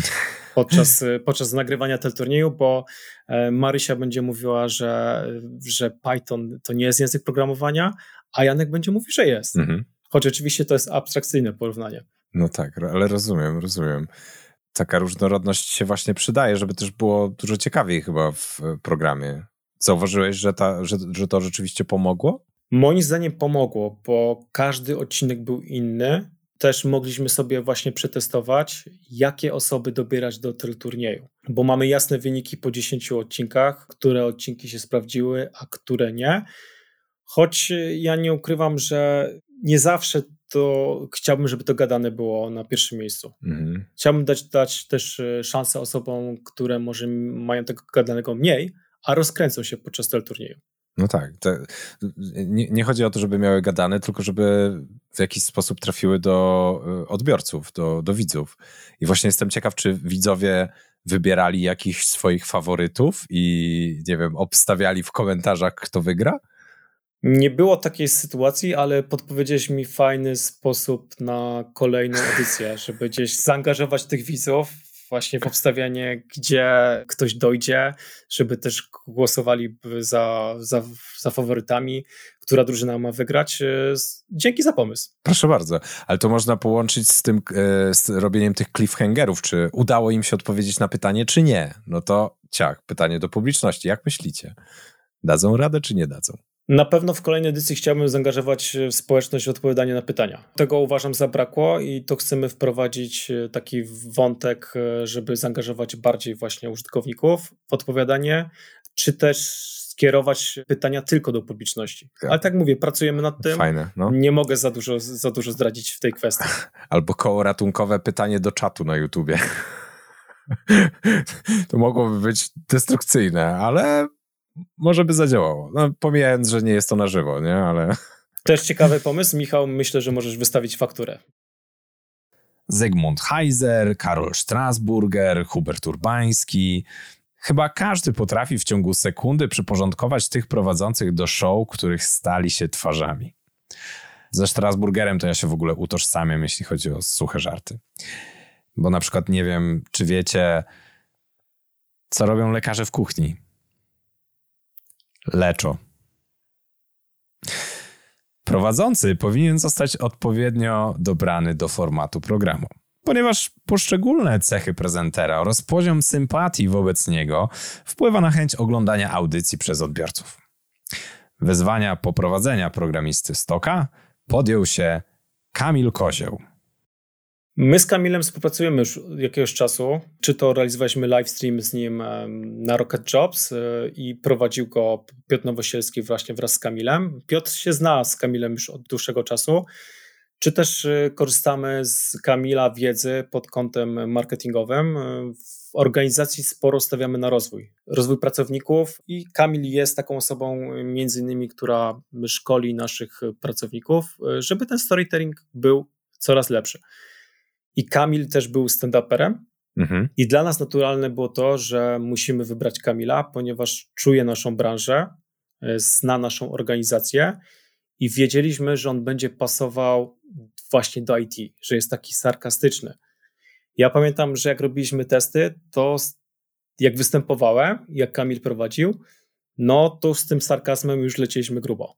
podczas nagrywania teleturnieju, bo Marysia będzie mówiła, że Python to nie jest język programowania, a Janek będzie mówił, że jest. Choć oczywiście to jest abstrakcyjne porównanie. No tak, ale rozumiem. Taka różnorodność się właśnie przydaje, żeby też było dużo ciekawiej chyba w programie. Zauważyłeś, że to rzeczywiście pomogło? Moim zdaniem pomogło, bo każdy odcinek był inny. Też mogliśmy sobie właśnie przetestować, jakie osoby dobierać do teleturnieju. Bo mamy jasne wyniki po 10 odcinkach, które odcinki się sprawdziły, a które nie. Choć ja nie ukrywam, że nie zawsze to chciałbym, żeby to gadane było na pierwszym miejscu. Mhm. Chciałbym dać też szansę osobom, które może mają tego gadanego mniej, a rozkręcą się podczas teleturnieju. No tak. Nie chodzi o to, żeby miały gadane, tylko żeby w jakiś sposób trafiły do odbiorców, do widzów. I właśnie jestem ciekaw, czy widzowie wybierali jakichś swoich faworytów i, nie wiem, obstawiali w komentarzach, kto wygra? Nie było takiej sytuacji, ale podpowiedziałeś mi fajny sposób na kolejną edycję, żeby gdzieś zaangażować tych widzów właśnie w obstawianie, gdzie ktoś dojdzie, żeby też głosowali za faworytami, która drużyna ma wygrać. Dzięki za pomysł. Proszę bardzo, ale to można połączyć z tym, z robieniem tych cliffhangerów, czy udało im się odpowiedzieć na pytanie, czy nie. No to pytanie do publiczności. Jak myślicie? Dadzą radę, czy nie dadzą? Na pewno w kolejnej edycji chciałbym zaangażować społeczność w odpowiadanie na pytania. Tego uważam zabrakło i to chcemy wprowadzić taki wątek, żeby zaangażować bardziej właśnie użytkowników w odpowiadanie, czy też skierować pytania tylko do publiczności. Tak. Ale tak mówię, pracujemy nad tym. Fajne, no. Nie mogę za dużo zdradzić w tej kwestii. Albo koło ratunkowe pytanie do czatu na YouTubie. To mogłoby być destrukcyjne, ale może by zadziałało. No, pomijając, że nie jest to na żywo, nie? Ale... Też ciekawy pomysł. Michał, myślę, że możesz wystawić fakturę. Zygmunt Heiser, Karol Strasburger, Hubert Urbański. Chyba każdy potrafi w ciągu sekundy przyporządkować tych prowadzących do show, których stali się twarzami. Ze Strasburgerem to ja się w ogóle utożsamiam, jeśli chodzi o suche żarty. Bo na przykład nie wiem, czy wiecie, co robią lekarze w kuchni. Leczą. Prowadzący powinien zostać odpowiednio dobrany do formatu programu, ponieważ poszczególne cechy prezentera oraz poziom sympatii wobec niego wpływa na chęć oglądania audycji przez odbiorców. Wyzwania poprowadzenia programisty Stoka podjął się Kamil Kozioł. My z Kamilem współpracujemy już od jakiegoś czasu. Czy to realizowaliśmy livestream z nim na Rocket Jobs i prowadził go Piotr Nowosielski właśnie wraz z Kamilem. Piotr się zna z Kamilem już od dłuższego czasu. Czy też korzystamy z Kamila wiedzy pod kątem marketingowym. W organizacji sporo stawiamy na rozwój pracowników i Kamil jest taką osobą między innymi, która szkoli naszych pracowników, żeby ten storytelling był coraz lepszy. I Kamil też był stand-uperem i dla nas naturalne było to, że musimy wybrać Kamila, ponieważ czuje naszą branżę, zna naszą organizację i wiedzieliśmy, że on będzie pasował właśnie do IT, że jest taki sarkastyczny. Ja pamiętam, że jak robiliśmy testy, to jak występowałem, jak Kamil prowadził, no to z tym sarkazmem już lecieliśmy grubo.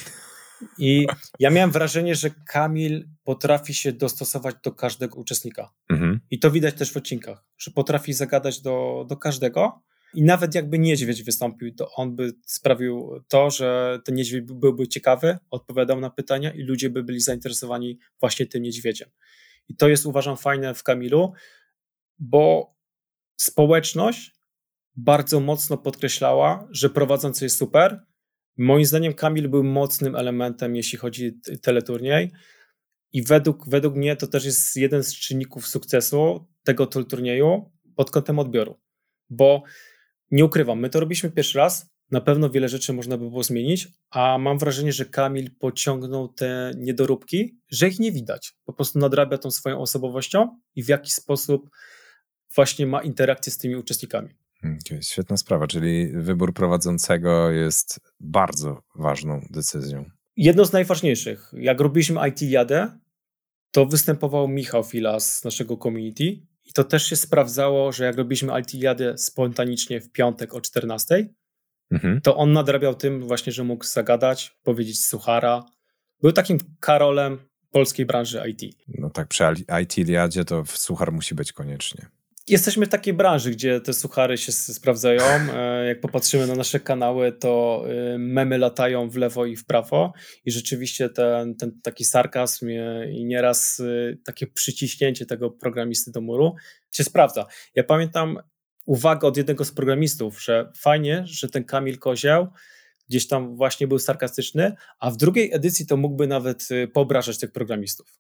I ja miałem wrażenie, że Kamil potrafi się dostosować do każdego uczestnika. I to widać też w odcinkach, że potrafi zagadać do każdego i nawet jakby niedźwiedź wystąpił, to on by sprawił to, że ten niedźwiedź byłby ciekawy, odpowiadał na pytania i ludzie by byli zainteresowani właśnie tym niedźwiedziem. I to jest, uważam, fajne w Kamilu, bo społeczność bardzo mocno podkreślała, że prowadzący jest super. Moim zdaniem Kamil był mocnym elementem, jeśli chodzi o teleturniej i według mnie to też jest jeden z czynników sukcesu tego teleturnieju pod kątem odbioru, bo nie ukrywam, my to robiliśmy pierwszy raz, na pewno wiele rzeczy można by było zmienić, a mam wrażenie, że Kamil pociągnął te niedoróbki, że ich nie widać, po prostu nadrabia tą swoją osobowością i w jaki sposób właśnie ma interakcję z tymi uczestnikami. Świetna sprawa, czyli wybór prowadzącego jest bardzo ważną decyzją. Jedną z najważniejszych. Jak robiliśmy IT Jadę, to występował Michał Fila z naszego community i to też się sprawdzało, że jak robiliśmy IT Jadę spontanicznie w piątek o 14:00, to on nadrabiał tym właśnie, że mógł zagadać, powiedzieć suchara. Był takim Karolem polskiej branży IT. No tak, przy IT-liadzie to suchar musi być koniecznie. Jesteśmy w takiej branży, gdzie te suchary się sprawdzają. Jak popatrzymy na nasze kanały, to memy latają w lewo i w prawo i rzeczywiście ten taki sarkazm i nieraz takie przyciśnięcie tego programisty do muru się sprawdza. Ja pamiętam uwagę od jednego z programistów, że fajnie, że ten Kamil Kozieł gdzieś tam właśnie był sarkastyczny, a w drugiej edycji to mógłby nawet poobrażać tych programistów.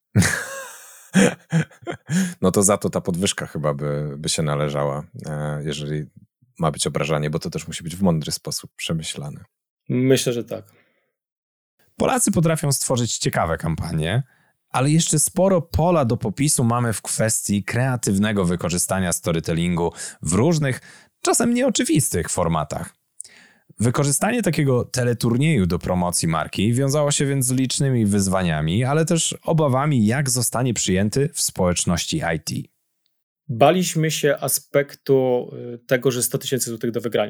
No to za to ta podwyżka chyba by się należała, jeżeli ma być obrażanie, bo to też musi być w mądry sposób przemyślane. Myślę, że tak. Polacy potrafią stworzyć ciekawe kampanie, ale jeszcze sporo pola do popisu mamy w kwestii kreatywnego wykorzystania storytellingu w różnych, czasem nieoczywistych formatach. Wykorzystanie takiego teleturnieju do promocji marki wiązało się więc z licznymi wyzwaniami, ale też obawami, jak zostanie przyjęty w społeczności IT. Baliśmy się aspektu tego, że 100 000 złotych do wygrania.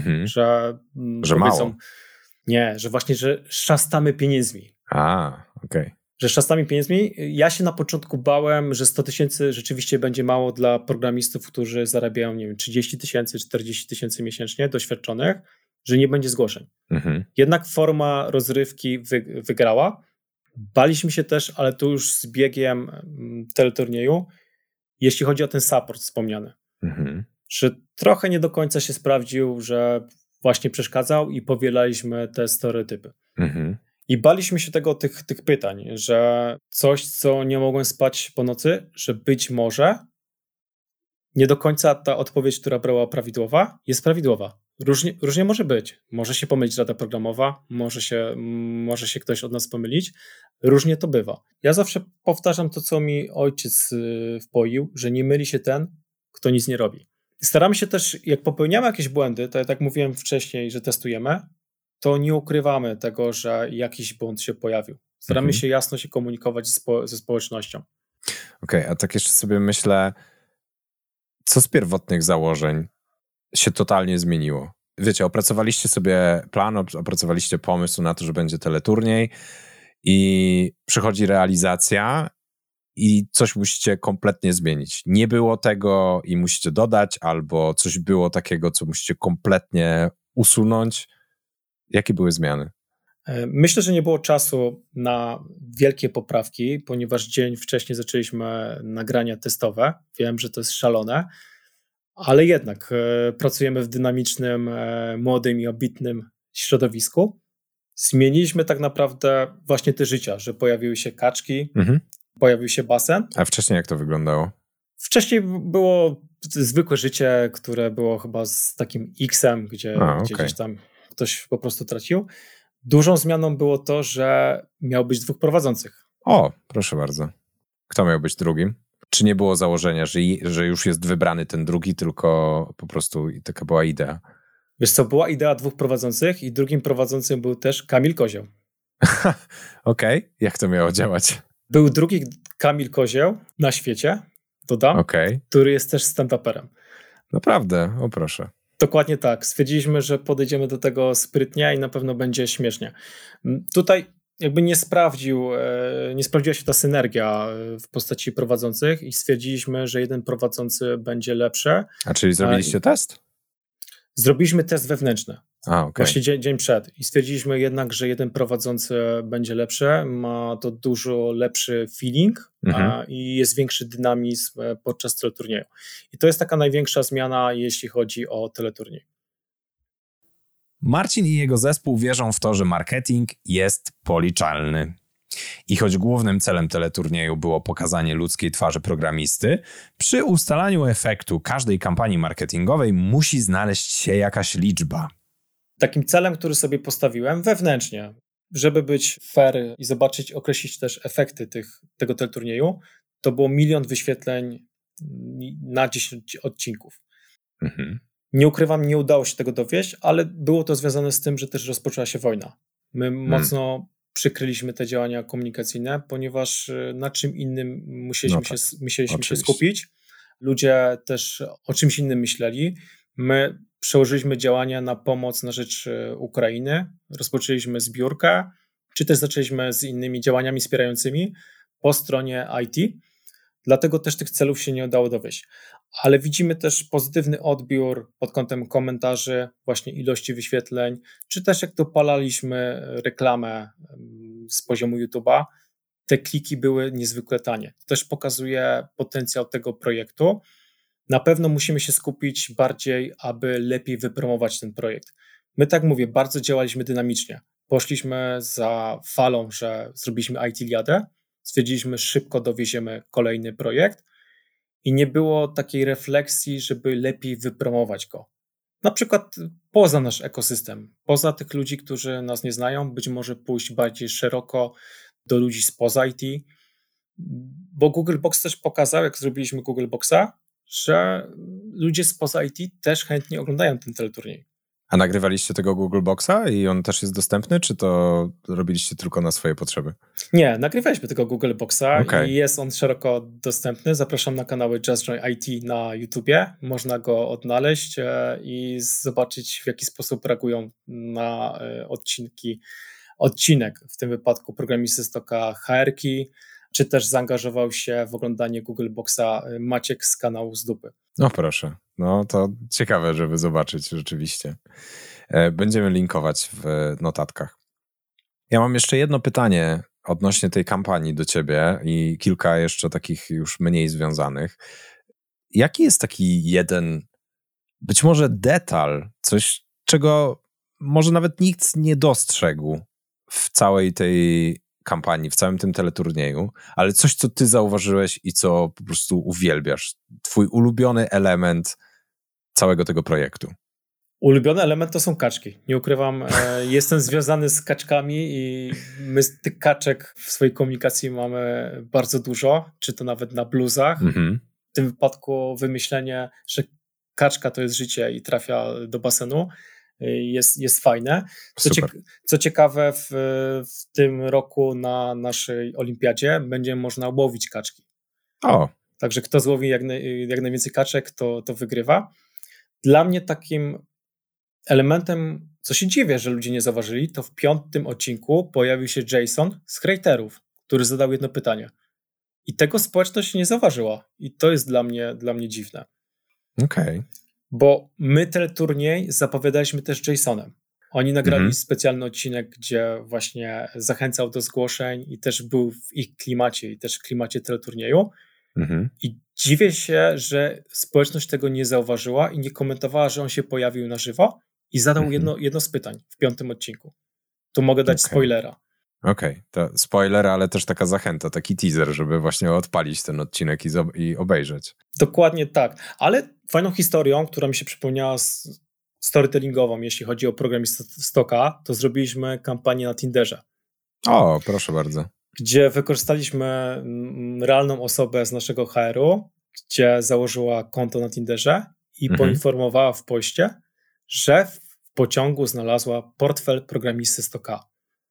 Że mało. Nie, że właśnie, że szastamy pieniędzmi. Okej. Że szastamy pieniędzmi. Ja się na początku bałem, że 100 000 rzeczywiście będzie mało dla programistów, którzy zarabiają, nie wiem, 30 000, 40 000 miesięcznie, doświadczonych, że nie będzie zgłoszeń. Jednak forma rozrywki wygrała. Baliśmy się też, ale tu już z biegiem teleturnieju, jeśli chodzi o ten support wspomniany, że trochę nie do końca się sprawdził, że właśnie przeszkadzał i powielaliśmy te stereotypy. I baliśmy się tych pytań, że coś, co nie mogłem spać po nocy, że być może nie do końca ta odpowiedź, która była prawidłowa, jest prawidłowa. Różnie może być. Może się pomylić rada programowa, może się ktoś od nas pomylić. Różnie to bywa. Ja zawsze powtarzam to, co mi ojciec wpoił, że nie myli się ten, kto nic nie robi. Staramy się też, jak popełniamy jakieś błędy, to tak mówiłem wcześniej, że testujemy, to nie ukrywamy tego, że jakiś błąd się pojawił. Staramy się jasno się komunikować ze społecznością. Okej, a tak jeszcze sobie myślę, co z pierwotnych założeń się totalnie zmieniło? Wiecie, opracowaliście sobie plan, opracowaliście pomysł na to, że będzie teleturniej i przychodzi realizacja i coś musicie kompletnie zmienić. Nie było tego i musicie dodać, albo coś było takiego, co musicie kompletnie usunąć. Jakie były zmiany? Myślę, że nie było czasu na wielkie poprawki, ponieważ dzień wcześniej zaczęliśmy nagrania testowe. Wiem, że to jest szalone, ale jednak pracujemy w dynamicznym, młodym i ambitnym środowisku. Zmieniliśmy tak naprawdę właśnie te życia, że pojawiły się kaczki, pojawił się basen. A wcześniej jak to wyglądało? Wcześniej było zwykłe życie, które było chyba z takim X-em, gdzie gdzieś tam ktoś po prostu tracił. Dużą zmianą było to, że miał być 2 prowadzących. O, proszę bardzo. Kto miał być drugim? Czy nie było założenia, że już jest wybrany ten drugi, tylko po prostu taka była idea? Wiesz co, była idea 2 prowadzących i drugim prowadzącym był też Kamil Kozieł. Okej. Jak to miało działać? Był drugi Kamil Kozieł na świecie, dodam, który jest też stand-uperem. Naprawdę? O proszę. Dokładnie tak. Stwierdziliśmy, że podejdziemy do tego sprytnie i na pewno będzie śmiesznie. Tutaj jakby nie sprawdziła się ta synergia w postaci prowadzących i stwierdziliśmy, że jeden prowadzący będzie lepszy. A czyli zrobiliście test? Zrobiliśmy test wewnętrzny. Właśnie dzień przed. I stwierdziliśmy jednak, że jeden prowadzący będzie lepszy, ma to dużo lepszy feeling i jest większy dynamizm podczas teleturnieju. I to jest taka największa zmiana, jeśli chodzi o teleturniej. Marcin i jego zespół wierzą w to, że marketing jest policzalny. I choć głównym celem teleturnieju było pokazanie ludzkiej twarzy programisty, przy ustalaniu efektu każdej kampanii marketingowej musi znaleźć się jakaś liczba. Takim celem, który sobie postawiłem wewnętrznie, żeby być fair i określić też efekty tego teleturnieju, to było 1 000 000 wyświetleń na 10 odcinków. Nie ukrywam, nie udało się tego dowieść, ale było to związane z tym, że też rozpoczęła się wojna. My mocno przykryliśmy te działania komunikacyjne, ponieważ na czym innym musieliśmy się skupić. Ludzie też o czymś innym myśleli. My przełożyliśmy działania na pomoc na rzecz Ukrainy, rozpoczęliśmy zbiórkę, czy też zaczęliśmy z innymi działaniami wspierającymi, po stronie IT, dlatego też tych celów się nie udało dowieść. Ale widzimy też pozytywny odbiór pod kątem komentarzy, właśnie ilości wyświetleń, czy też jak dopalaliśmy reklamę z poziomu YouTube'a, te kliki były niezwykle tanie. To też pokazuje potencjał tego projektu. Na pewno musimy się skupić bardziej, aby lepiej wypromować ten projekt. My, tak mówię, bardzo działaliśmy dynamicznie. Poszliśmy za falą, że zrobiliśmy IT Liadę, stwierdziliśmy, szybko dowieziemy kolejny projekt i nie było takiej refleksji, żeby lepiej wypromować go. Na przykład poza nasz ekosystem, poza tych ludzi, którzy nas nie znają, być może pójść bardziej szeroko do ludzi spoza IT, bo Google Box też pokazał, jak zrobiliśmy Google Boxa, że ludzie spoza IT też chętnie oglądają ten teleturniej. A nagrywaliście tego Google Boxa i on też jest dostępny, czy to robiliście tylko na swoje potrzeby? Nie, nagrywaliśmy tego Google Boxa i jest on szeroko dostępny. Zapraszam na kanały Just Join IT na YouTubie. Można go odnaleźć i zobaczyć, w jaki sposób reagują na odcinek, w tym wypadku programisty Stoka HR-ki, czy też zaangażował się w oglądanie Google Boxa Maciek z kanału Z Dupy. No proszę, no to ciekawe, żeby zobaczyć rzeczywiście. Będziemy linkować w notatkach. Ja mam jeszcze jedno pytanie odnośnie tej kampanii do ciebie i kilka jeszcze takich już mniej związanych. Jaki jest taki jeden, być może detal, coś, czego może nawet nikt nie dostrzegł w całej tej kampanii, w całym tym teleturnieju, ale coś, co ty zauważyłeś i co po prostu uwielbiasz? Twój ulubiony element całego tego projektu. Ulubiony element to są kaczki. Nie ukrywam, jestem związany z kaczkami i my z tych kaczek w swojej komunikacji mamy bardzo dużo, czy to nawet na bluzach. Mhm. W tym wypadku wymyślenie, że kaczka to jest życie i trafia do basenu, jest fajne. Co ciekawe, w tym roku na naszej olimpiadzie będzie można łowić kaczki. O. Także kto złowi jak najwięcej kaczek, to wygrywa. Dla mnie takim elementem, co się dziwię, że ludzie nie zauważyli, to w 5. odcinku pojawił się Jason z Creatorów, który zadał jedno pytanie. I tego społeczność nie zauważyła. I to jest dla mnie dziwne. Okej. Bo my teleturniej zapowiadaliśmy też Jasonem. Oni nagrali specjalny odcinek, gdzie właśnie zachęcał do zgłoszeń i też był w ich klimacie i też w klimacie teleturnieju. I dziwię się, że społeczność tego nie zauważyła i nie komentowała, że on się pojawił na żywo i zadał jedno z pytań w 5. odcinku. Tu mogę dać spoilera. Okej, to spoiler, ale też taka zachęta, taki teaser, żeby właśnie odpalić ten odcinek i obejrzeć. Dokładnie tak, ale fajną historią, która mi się przypomniała storytellingową, jeśli chodzi o programistę Stoka, to zrobiliśmy kampanię na Tinderze. O, proszę bardzo. Gdzie wykorzystaliśmy realną osobę z naszego HR-u, gdzie założyła konto na Tinderze i poinformowała w poście, że w pociągu znalazła portfel programisty Stoka.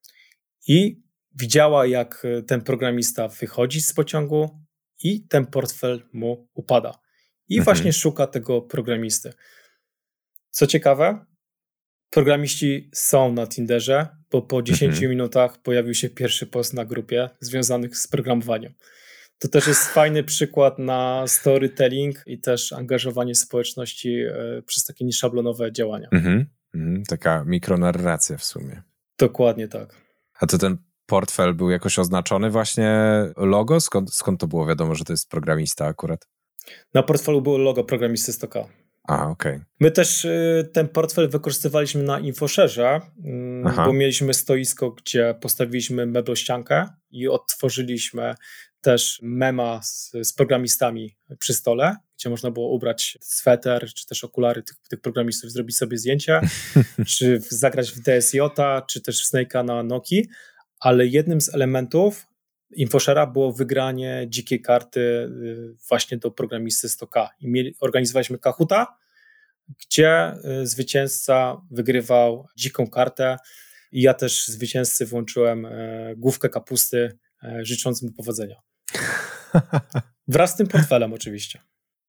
I widziała, jak ten programista wychodzi z pociągu i ten portfel mu upada. I właśnie szuka tego programisty. Co ciekawe, programiści są na Tinderze, bo po 10 minutach pojawił się pierwszy post na grupie związanych z programowaniem. To też jest fajny przykład na storytelling i też angażowanie społeczności przez takie nieszablonowe działania. Taka mikronarracja w sumie. Dokładnie tak. A to ten portfel był jakoś oznaczony właśnie logo? Skąd to było wiadomo, że to jest programista akurat? Na portfelu było logo programisty Stoka. Okej. My też ten portfel wykorzystywaliśmy na InfoShare'ze, bo mieliśmy stoisko, gdzie postawiliśmy meblościankę i odtworzyliśmy też mema z programistami przy stole, gdzie można było ubrać sweter, czy też okulary tych programistów, zrobić sobie zdjęcie, czy zagrać w DSJ-a, czy też w Snake'a na Nokii, ale jednym z elementów InfoShare'a było wygranie dzikiej karty właśnie do programisty Stoka. I organizowaliśmy Kahoota, gdzie zwycięzca wygrywał dziką kartę i ja też zwycięzcy włączyłem główkę kapusty, życząc mu powodzenia. Wraz z tym portfelem oczywiście.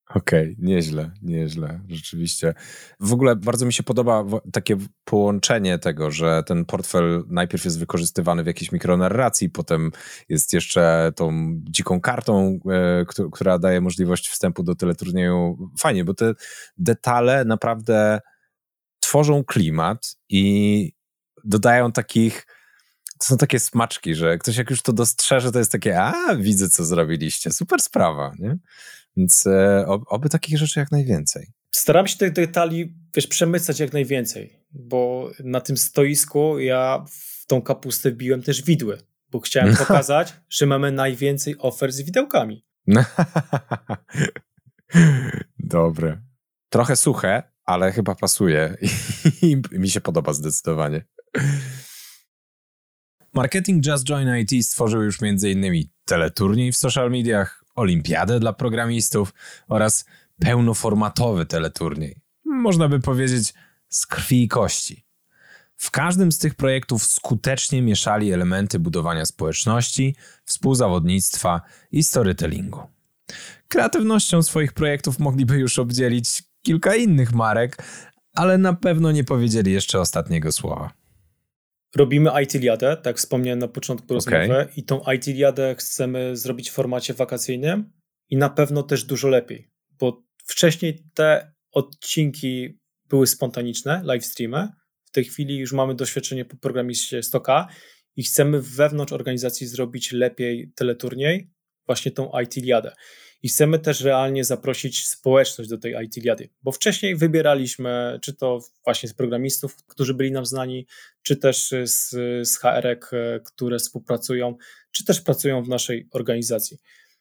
Okej, nieźle, rzeczywiście. W ogóle bardzo mi się podoba takie połączenie tego, że ten portfel najpierw jest wykorzystywany w jakiejś mikronarracji, potem jest jeszcze tą dziką kartą, która daje możliwość wstępu do teleturnieju. Fajnie, bo te detale naprawdę tworzą klimat i dodają takich... To są takie smaczki, że ktoś jak już to dostrzeże, to jest takie, widzę co zrobiliście, super sprawa, nie? Więc oby takich rzeczy jak najwięcej. Staram się tych detali, przemycać jak najwięcej, bo na tym stoisku ja w tą kapustę wbiłem też widły, bo chciałem pokazać, że mamy najwięcej ofert z widełkami. Dobre. Trochę suche, ale chyba pasuje i mi się podoba zdecydowanie. Marketing Just Join IT stworzył już m.in. teleturniej w social mediach, olimpiadę dla programistów oraz pełnoformatowy teleturniej. Można by powiedzieć z krwi i kości. W każdym z tych projektów skutecznie mieszali elementy budowania społeczności, współzawodnictwa i storytellingu. Kreatywnością swoich projektów mogliby już obdzielić kilka innych marek, ale na pewno nie powiedzieli jeszcze ostatniego słowa. Robimy IT-liadę, tak wspomniałem na początku rozmowy, i tą IT-liadę chcemy zrobić w formacie wakacyjnym i na pewno też dużo lepiej, bo wcześniej te odcinki były spontaniczne, live streamy. W tej chwili już mamy doświadczenie po programiście 100K i chcemy wewnątrz organizacji zrobić lepiej teleturniej, właśnie tą IT-liadę. I chcemy też realnie zaprosić społeczność do tej IT-liady, bo wcześniej czy to właśnie z programistów, którzy byli nam znani, czy też z HR-ek, które współpracują, czy też pracują w naszej organizacji.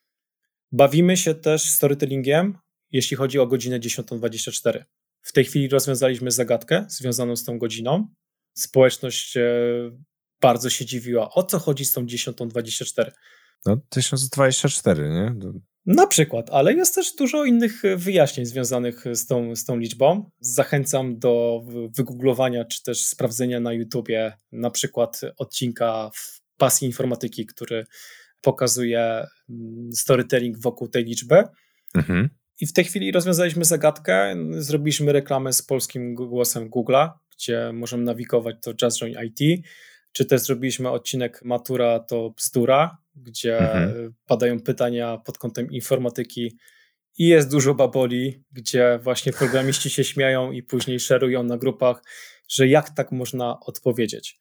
Bawimy się też storytellingiem, jeśli chodzi o godzinę 10:24. W tej chwili rozwiązaliśmy zagadkę związaną z tą godziną. Społeczność bardzo się dziwiła, o co chodzi z tą 10:24. No 1024, nie? Na przykład, ale jest też dużo innych wyjaśnień związanych z tą liczbą. Zachęcam do wygooglowania czy też sprawdzenia na YouTubie na przykład odcinka w Pasji Informatyki, który pokazuje storytelling wokół tej liczby. Mhm. I w tej chwili rozwiązaliśmy zagadkę, zrobiliśmy reklamę z polskim głosem Google'a, gdzie możemy nawigować to Just Join IT, czy też zrobiliśmy odcinek Matura to bzdura, gdzie padają pytania pod kątem informatyki i jest dużo baboli, gdzie właśnie programiści się śmieją i później szerują na grupach, że jak tak można odpowiedzieć.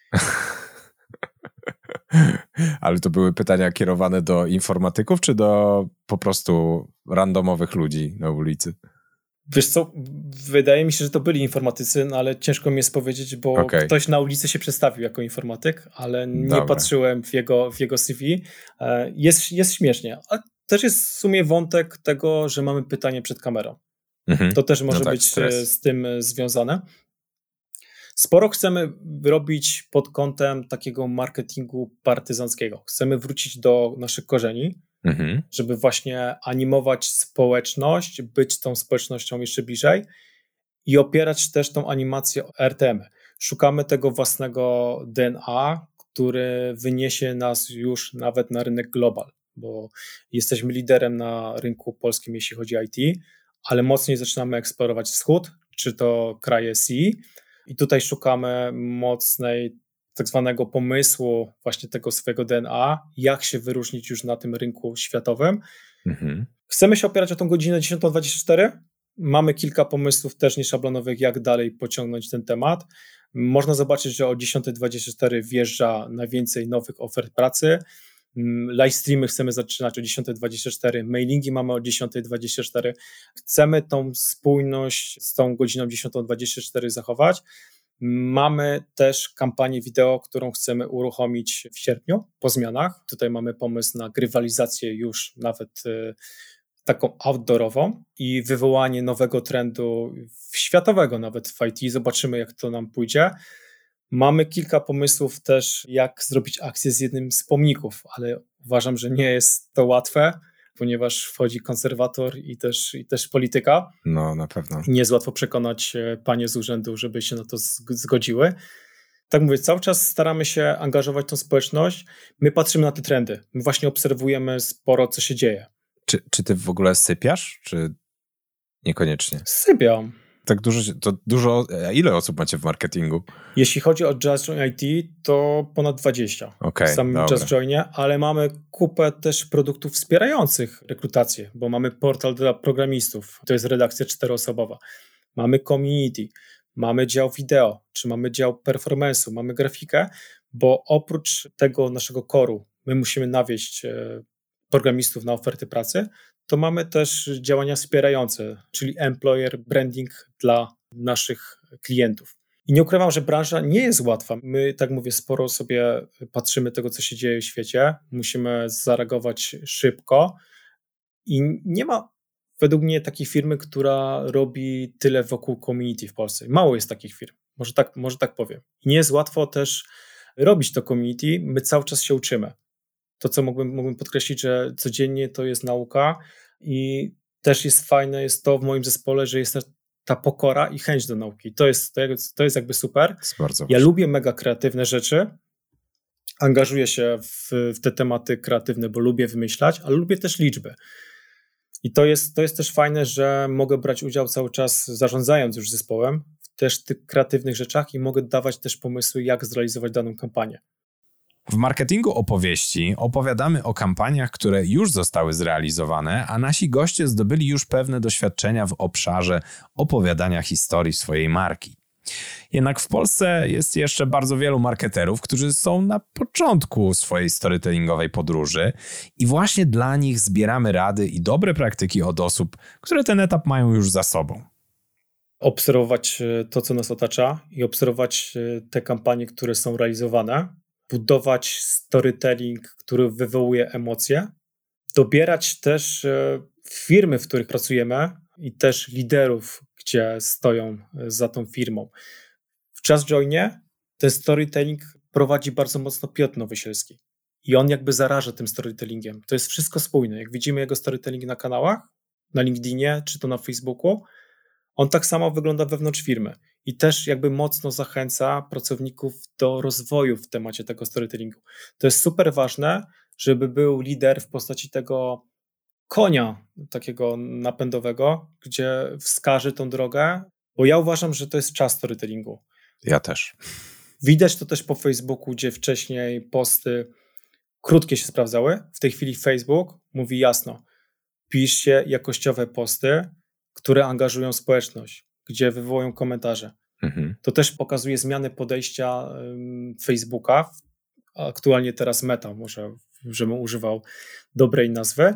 Ale to były pytania kierowane do informatyków, czy do po prostu randomowych ludzi na ulicy? Wiesz co, wydaje mi się, że to byli informatycy, no ale ciężko mi jest powiedzieć, bo ktoś na ulicy się przedstawił jako informatyk, ale nie patrzyłem w jego CV. Jest śmiesznie, ale też jest w sumie wątek tego, że mamy pytanie przed kamerą. To też może być z tym związane. Sporo chcemy robić pod kątem takiego marketingu partyzanckiego. Chcemy wrócić do naszych korzeni, żeby właśnie animować społeczność, być tą społecznością jeszcze bliżej i opierać też tą animację o RTM. Szukamy tego własnego DNA, który wyniesie nas już nawet na rynek global, bo jesteśmy liderem na rynku polskim, jeśli chodzi o IT, ale mocniej zaczynamy eksplorować wschód, czy to kraje CE i tutaj szukamy mocnej tak zwanego pomysłu właśnie tego swojego DNA, jak się wyróżnić już na tym rynku światowym. Chcemy się opierać o tą godzinę 10:24. Mamy kilka pomysłów też nieszablonowych, jak dalej pociągnąć ten temat. Można zobaczyć, że o 10:24 wjeżdża najwięcej nowych ofert pracy. Live streamy chcemy zaczynać o 10:24, mailingi mamy o 10:24. Chcemy tą spójność z tą godziną 10:24 zachować. Mamy też kampanię wideo, którą chcemy uruchomić w sierpniu po zmianach. Tutaj mamy pomysł na grywalizację już nawet taką outdoorową i wywołanie nowego trendu światowego nawet w IT. Zobaczymy, jak to nam pójdzie. Mamy kilka pomysłów też, jak zrobić akcję z jednym z pomników, ale uważam, że nie jest to łatwe, ponieważ wchodzi konserwator i też polityka. No, na pewno. Nie jest łatwo przekonać panie z urzędu, żeby się na to zgodziły. Tak mówię, cały czas staramy się angażować tą społeczność. My patrzymy na te trendy. My właśnie obserwujemy sporo, co się dzieje. Czy ty w ogóle sypiasz, czy niekoniecznie? Sypiam. Tak dużo, ile osób macie w marketingu? Jeśli chodzi o Just Join IT, to ponad 20 Okej, w samym dobra. Just Joinie, ale mamy kupę też produktów wspierających rekrutację, bo mamy portal dla programistów, to jest redakcja 4-osobowa. Mamy community, mamy dział wideo, czy mamy dział performance'u, mamy grafikę, bo oprócz tego naszego core'u my musimy nawieść programistów na oferty pracy, to mamy też działania wspierające, czyli employer branding dla naszych klientów. I nie ukrywam, że branża nie jest łatwa. My, tak mówię, sporo sobie patrzymy tego, co się dzieje w świecie. Musimy zareagować szybko i nie ma według mnie takiej firmy, która robi tyle wokół community w Polsce. Mało jest takich firm, może tak powiem. I nie jest łatwo też robić to community. My cały czas się uczymy. To, co mógłbym podkreślić, że codziennie to jest nauka i też jest fajne, jest to w moim zespole, że jest ta pokora i chęć do nauki. To jest jakby super. Ja lubię mega kreatywne rzeczy, angażuję się w te tematy kreatywne, bo lubię wymyślać, ale lubię też liczby. I to jest też fajne, że mogę brać udział cały czas, zarządzając już zespołem, w też tych kreatywnych rzeczach i mogę dawać też pomysły, jak zrealizować daną kampanię. W marketingu opowieści opowiadamy o kampaniach, które już zostały zrealizowane, a nasi goście zdobyli już pewne doświadczenia w obszarze opowiadania historii swojej marki. Jednak w Polsce jest jeszcze bardzo wielu marketerów, którzy są na początku swojej storytellingowej podróży i właśnie dla nich zbieramy rady i dobre praktyki od osób, które ten etap mają już za sobą. Obserwować to, co nas otacza i obserwować te kampanie, które są realizowane, budować storytelling, który wywołuje emocje, dobierać też firmy, w których pracujemy i też liderów, gdzie stoją za tą firmą. W Just Joinie ten storytelling prowadzi bardzo mocno Piotr Nowysielski i on jakby zaraża tym storytellingiem. To jest wszystko spójne. Jak widzimy jego storytelling na kanałach, na LinkedInie czy to na Facebooku, on tak samo wygląda wewnątrz firmy i też jakby mocno zachęca pracowników do rozwoju w temacie tego storytellingu. To jest super ważne, żeby był lider w postaci tego konia takiego napędowego, gdzie wskaże tą drogę, bo ja uważam, że to jest czas storytellingu. Ja też. Widać to też po Facebooku, gdzie wcześniej posty krótkie się sprawdzały. W tej chwili Facebook mówi jasno, piszcie jakościowe posty, które angażują społeczność, gdzie wywołują komentarze. To też pokazuje zmianę podejścia Facebooka, aktualnie teraz Meta, może żebym używał dobrej nazwy,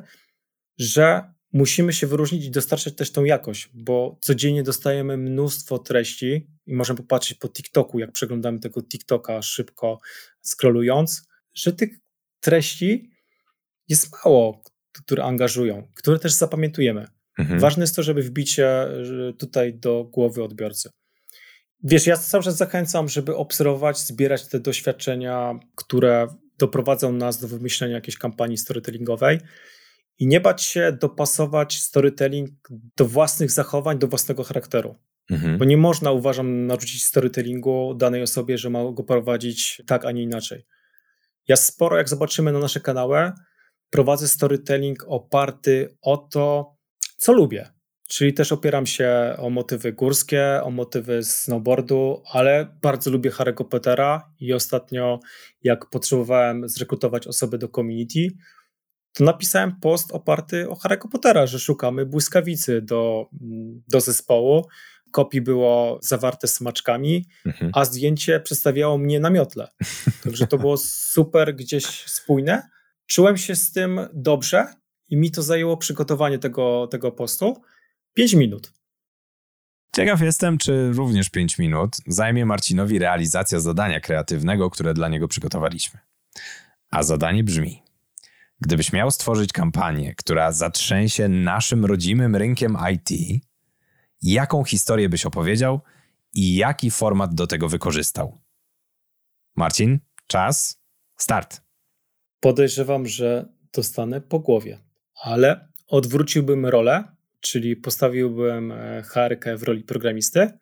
że musimy się wyróżnić i dostarczać też tą jakość, bo codziennie dostajemy mnóstwo treści i możemy popatrzeć po TikToku, jak przeglądamy tego TikToka szybko scrollując, że tych treści jest mało, które angażują, które też zapamiętujemy. Ważne jest to, żeby wbić się tutaj do głowy odbiorcy. Wiesz, ja cały czas zachęcam, żeby obserwować, zbierać te doświadczenia, które doprowadzą nas do wymyślenia jakiejś kampanii storytellingowej i nie bać się dopasować storytelling do własnych zachowań, do własnego charakteru. Bo nie można, uważam, narzucić storytellingu danej osobie, że ma go prowadzić tak, a nie inaczej. Ja sporo, jak zobaczymy na nasze kanały, prowadzę storytelling oparty o to, co lubię. Czyli też opieram się o motywy górskie, o motywy snowboardu, ale bardzo lubię Harry'ego Pottera i ostatnio, jak potrzebowałem zrekrutować osobę do community, to napisałem post oparty o Harry'ego Pottera, że szukamy błyskawicy do zespołu. Kopii było zawarte smaczkami, a zdjęcie przedstawiało mnie na miotle. Także to było super gdzieś spójne. Czułem się z tym dobrze i mi to zajęło przygotowanie tego postu 5 minut. Ciekaw jestem, czy również 5 minut zajmie Marcinowi realizacja zadania kreatywnego, które dla niego przygotowaliśmy. A zadanie brzmi: gdybyś miał stworzyć kampanię, która zatrzęsie naszym rodzimym rynkiem IT, jaką historię byś opowiedział i jaki format do tego wykorzystał? Marcin, czas, start. Podejrzewam, że dostanę po głowie, ale odwróciłbym rolę, czyli postawiłbym HR-kę w roli programisty,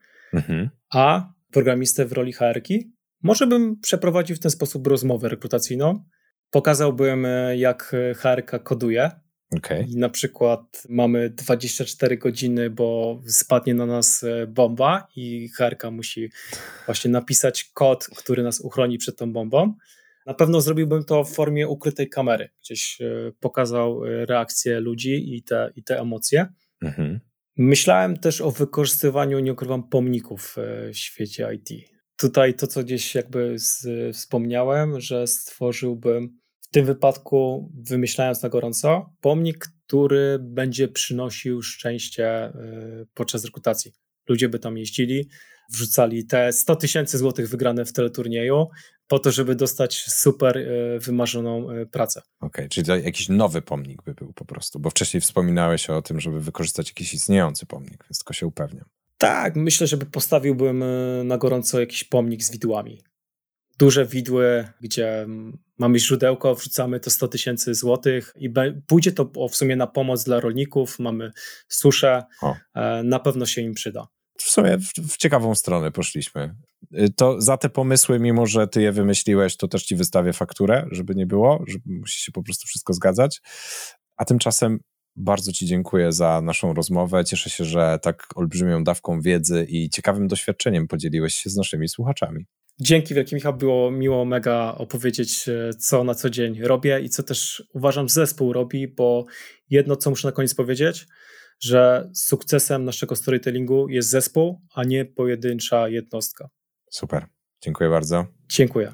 a programistę w roli HR-ki. Może bym przeprowadził w ten sposób rozmowę rekrutacyjną, pokazałbym, jak HR-ka koduje, Okej. I na przykład mamy 24 godziny, bo spadnie na nas bomba i HR musi właśnie napisać kod, który nas uchroni przed tą bombą. Na pewno zrobiłbym to w formie ukrytej kamery. Gdzieś pokazał reakcje ludzi i te emocje. Mhm. Myślałem też o wykorzystywaniu, nie ukrywam, pomników w świecie IT. Tutaj to, co gdzieś jakby wspomniałem, że stworzyłbym w tym wypadku, wymyślając na gorąco, pomnik, który będzie przynosił szczęście podczas rekrutacji. Ludzie by tam jeździli, wrzucali te 100 000 złotych wygrane w teleturnieju po to, żeby dostać super wymarzoną pracę. Okej, czyli to jakiś nowy pomnik by był po prostu, bo wcześniej wspominałeś o tym, żeby wykorzystać jakiś istniejący pomnik, więc tylko się upewniam. Tak, myślę, że postawiłbym na gorąco jakiś pomnik z widłami. Duże widły, gdzie mamy źródełko, wrzucamy to 100 000 złotych i pójdzie to w sumie na pomoc dla rolników, mamy suszę, na pewno się im przyda. W sumie w ciekawą stronę poszliśmy. To za te pomysły, mimo że ty je wymyśliłeś, to też ci wystawię fakturę, żeby nie było, że musi się po prostu wszystko zgadzać. A tymczasem bardzo ci dziękuję za naszą rozmowę. Cieszę się, że tak olbrzymią dawką wiedzy i ciekawym doświadczeniem podzieliłeś się z naszymi słuchaczami. Dzięki wielkie, Michał, było miło mega opowiedzieć, co na co dzień robię i co też uważam zespół robi, bo jedno, co muszę na koniec powiedzieć, że sukcesem naszego storytellingu jest zespół, a nie pojedyncza jednostka. Super, dziękuję bardzo. Dziękuję.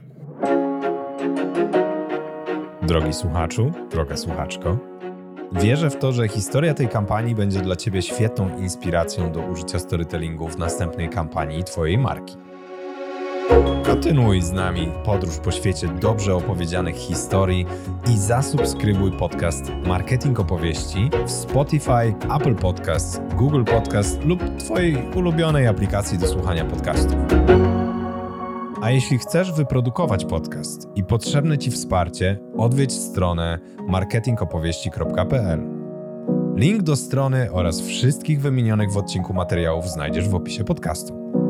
Drogi słuchaczu, droga słuchaczko, wierzę w to, że historia tej kampanii będzie dla ciebie świetną inspiracją do użycia storytellingu w następnej kampanii twojej marki. Kontynuuj z nami podróż po świecie dobrze opowiedzianych historii i zasubskrybuj podcast Marketing Opowieści w Spotify, Apple Podcasts, Google Podcasts lub twojej ulubionej aplikacji do słuchania podcastów. A jeśli chcesz wyprodukować podcast i potrzebne ci wsparcie, odwiedź stronę marketingopowieści.pl. Link do strony oraz wszystkich wymienionych w odcinku materiałów znajdziesz w opisie podcastu.